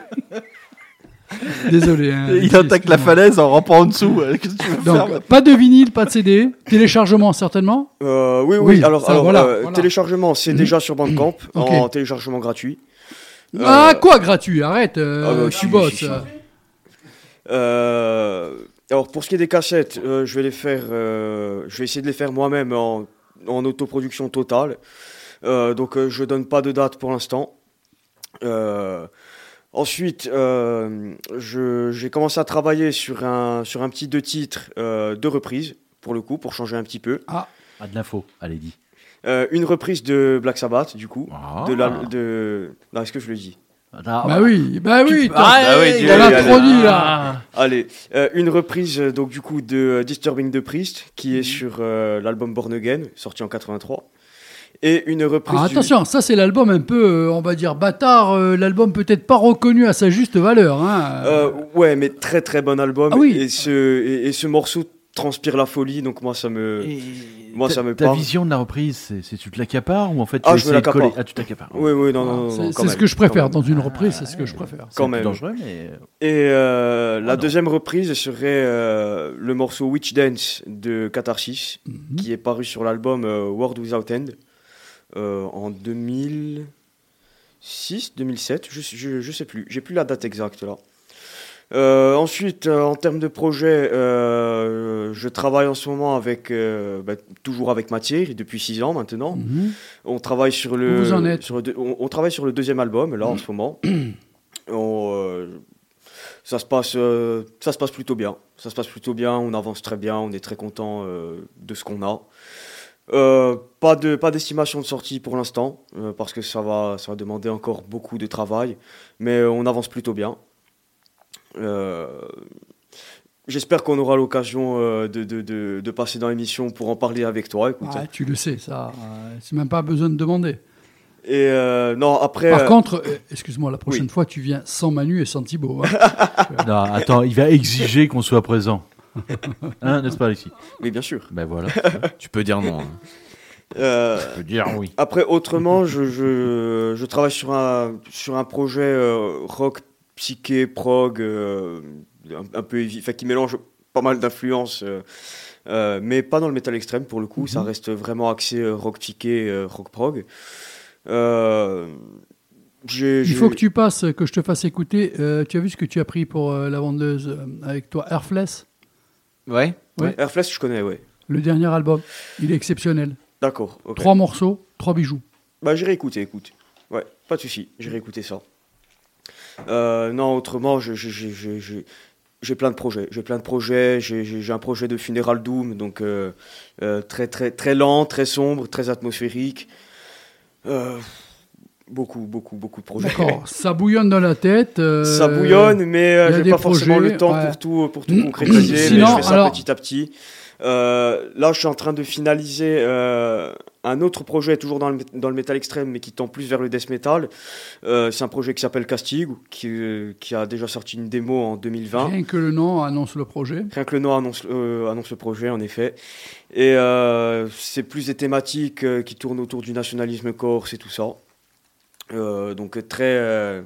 Désolé. Hein, Il Alexis, attaque la excuse-moi. falaise en rampant en dessous. Qu'est-ce que tu veux faire Donc, pas de vinyle, pas de C D. Téléchargement, certainement. Euh, oui, oui, Oui, alors, ça, alors voilà, euh, voilà. téléchargement, c'est déjà sur Bandcamp, Ok. en téléchargement gratuit. Euh, Ah, quoi, gratuit? Arrête, euh, ah bah, tu si, bosses. si, si. Euh, alors, pour ce qui est des cassettes, euh, je vais les faire, euh, je vais essayer de les faire moi-même en, en autoproduction totale. Euh, donc, euh, je donne pas de date pour l'instant. Euh, ensuite, euh, je- j'ai commencé à travailler sur un, sur un petit deux titres, euh, deux reprises, pour le coup, pour changer un petit peu. Ah, de l'info, allez, dis. Euh, une reprise de Black Sabbath, du coup. Ah. De la, de... Non, est-ce que je le dis? Ah, Bah oui, bah oui. t'as- Ah, Ah oui, il dis-le, a on l'a allez. trop dit, là. Allez, euh, une reprise euh, donc du coup de euh, Disturbing the Priest qui est sur euh, l'album Born Again sorti en quatre-vingt-trois et une reprise Ah, du- attention, ça c'est l'album un peu, euh, on va dire, bâtard. euh, l'album peut-être pas reconnu à sa juste valeur. Hein. Euh, ouais, mais très très bon album Ah oui. et ce et, et ce morceau transpire la folie, donc moi ça me Et moi, ta- ça me ta parle. vision de la reprise, c'est, c'est tu te l'accapares ou en fait tu Ah, as je me essayé de coller- l'accapare. Ah, tu t'accapares. oui oui non non, non, non, c'est quand c'est même, ce que je quand préfère même. dans une reprise, c'est ce que je préfère. C'est Quand un peu même. dangereux, mais. Et euh, la non. deuxième reprise serait euh, le morceau Witch Dance de Catharsis, Mhm. qui est paru sur l'album euh, World Without End euh, en deux mille six, deux mille sept, je, je, je sais plus, j'ai plus la date exacte là. Euh, ensuite, euh, en termes de projet, euh, je travaille en ce moment avec, euh, bah, toujours avec Mathieu, depuis six ans maintenant. Mhm. On travaille sur le, Où vous en êtes sur le deux- on, on travaille sur le deuxième album là en ce moment. On, euh, ça se passe, euh, ça se passe plutôt bien. Ça se passe plutôt bien. On avance très bien. On est très content euh, de ce qu'on a. Euh, pas de, pas d'estimation de sortie pour l'instant euh, parce que ça va, ça va demander encore beaucoup de travail. Mais euh, on avance plutôt bien. Euh, J'espère qu'on aura l'occasion euh, de, de, de, de passer dans l'émission pour en parler avec toi. Écoute. Ouais, tu le sais, ça. euh, c'est même pas besoin de demander. Et euh, non, après. Par euh, contre, euh, excuse-moi, la prochaine oui. fois, tu viens sans Manu et sans Thibaut. Hein. Non, attends, il va exiger qu'on soit présent. Hein, n'est-ce pas, Alexis? oui, bien sûr. Ben voilà. Tu peux dire non. hein. Euh, Je peux dire oui. Après, autrement, je, je, je travaille sur un, sur un projet euh, rock, psyché, prog, euh, un, un peu heavy, enfin, qui mélange pas mal d'influences, euh, euh, mais pas dans le métal extrême pour le coup. Mhm. Ça reste vraiment axé euh, rock psyché, euh, rock prog. Euh, j'ai- Il j'ai- faut que tu passes, que je te fasse écouter. Euh, tu as vu ce que tu as pris pour euh, la vendeuse euh, avec toi, Airfless? Ouais. Ouais. Airflex, je connais, ouais. Le dernier album, il est exceptionnel. D'accord. ok. Trois morceaux, trois bijoux. Bah, j'irai écouter, écoute. Ouais, pas de souci, j'irai écouter ça. Euh, non, autrement, je- je- je- je- je- j'ai plein de projets. J'ai plein de projets. J'ai, j'ai- j'ai un projet de Funeral Doom, donc euh, euh, très, très, très lent, très sombre, très atmosphérique. Euh, beaucoup, beaucoup, beaucoup de projets. D'accord, ça bouillonne dans la tête. euh, Ça bouillonne, mais euh, il y a j'ai des pas forcément projets, le temps ouais. pour tout, pour tout concrétiser. Sinon, mais je fais ça alors- petit à petit. Euh, là, je suis en train de finaliser euh, un autre projet, toujours dans le, dans le métal extrême, mais qui tend plus vers le death metal. Euh, c'est un projet qui s'appelle Castigo, qui, euh, qui a déjà sorti une démo en deux mille vingt. Rien que le nom annonce le projet. Rien que le nom annonce, euh, annonce le projet, en effet. Et euh, c'est plus des thématiques euh, qui tournent autour du nationalisme corse et tout ça. Euh, donc très... euh,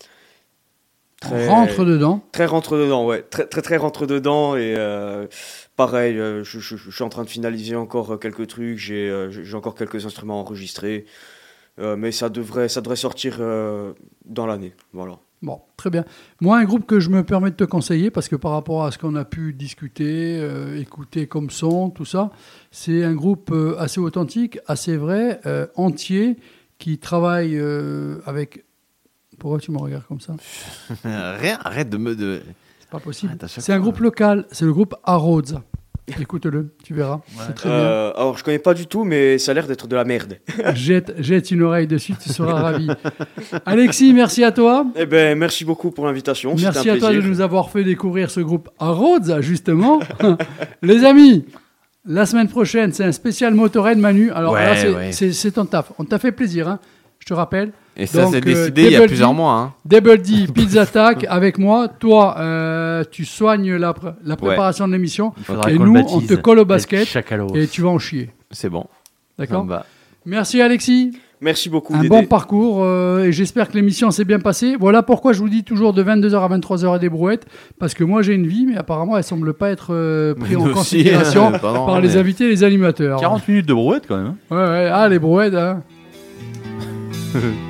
On rentre dedans. Très rentre dedans, ouais. Très, très, très rentre dedans. Et euh, pareil, euh, je, je- je suis en train de finaliser encore euh, quelques trucs. J'ai euh, j'ai encore quelques instruments enregistrés. Euh, mais ça devrait, ça devrait sortir euh, dans l'année. Voilà. Bon, très bien. Moi, un groupe que je me permets de te conseiller, parce que par rapport à ce qu'on a pu discuter, euh, écouter comme son, tout ça, c'est un groupe euh, assez authentique, assez vrai, euh, entier, qui travaille euh, avec... Pourquoi tu me regardes comme ça? Rien, arrête de me. De... C'est pas possible. Arrête à chaque C'est un fois. groupe local, c'est le groupe Harrods. Écoute-le, tu verras. C'est très Euh, alors, je connais pas du tout, mais ça a l'air d'être de la merde. bien. Jette, jette une oreille dessus, tu seras ravi. Alexis, merci à toi. Eh ben, merci beaucoup pour l'invitation. C'était Merci un à toi de plaisir. nous avoir fait découvrir ce groupe Harrods, justement. Les amis, la semaine prochaine, c'est un spécial Motorhead Manu. Alors Ouais, là, c'est, ouais. c'est, c'est ton taf. On t'a fait plaisir, hein, je te rappelle. Et ça, Donc, c'est euh, décidé il y a Double plusieurs D, mois. Hein. Double D, Pizza Attack avec moi. Toi, euh, tu soignes la, pr- la préparation de l'émission. Il faudra Et qu'on nous, le on baptise. te colle au basket Chacalo. et tu vas en chier. C'est bon. D'accord Ça me va. Merci Alexis. Merci beaucoup. Un Dédé. bon parcours euh, et j'espère que l'émission s'est bien passée. Voilà pourquoi je vous dis toujours de vingt-deux heures à vingt-trois heures à des brouettes, parce que moi j'ai une vie, mais apparemment elle semble pas être euh, prise en Nous aussi, considération euh, pardon, par les mais- invités et les animateurs. quarante minutes de brouette quand même. hein. Ouais, ouais, ah les brouettes, hein.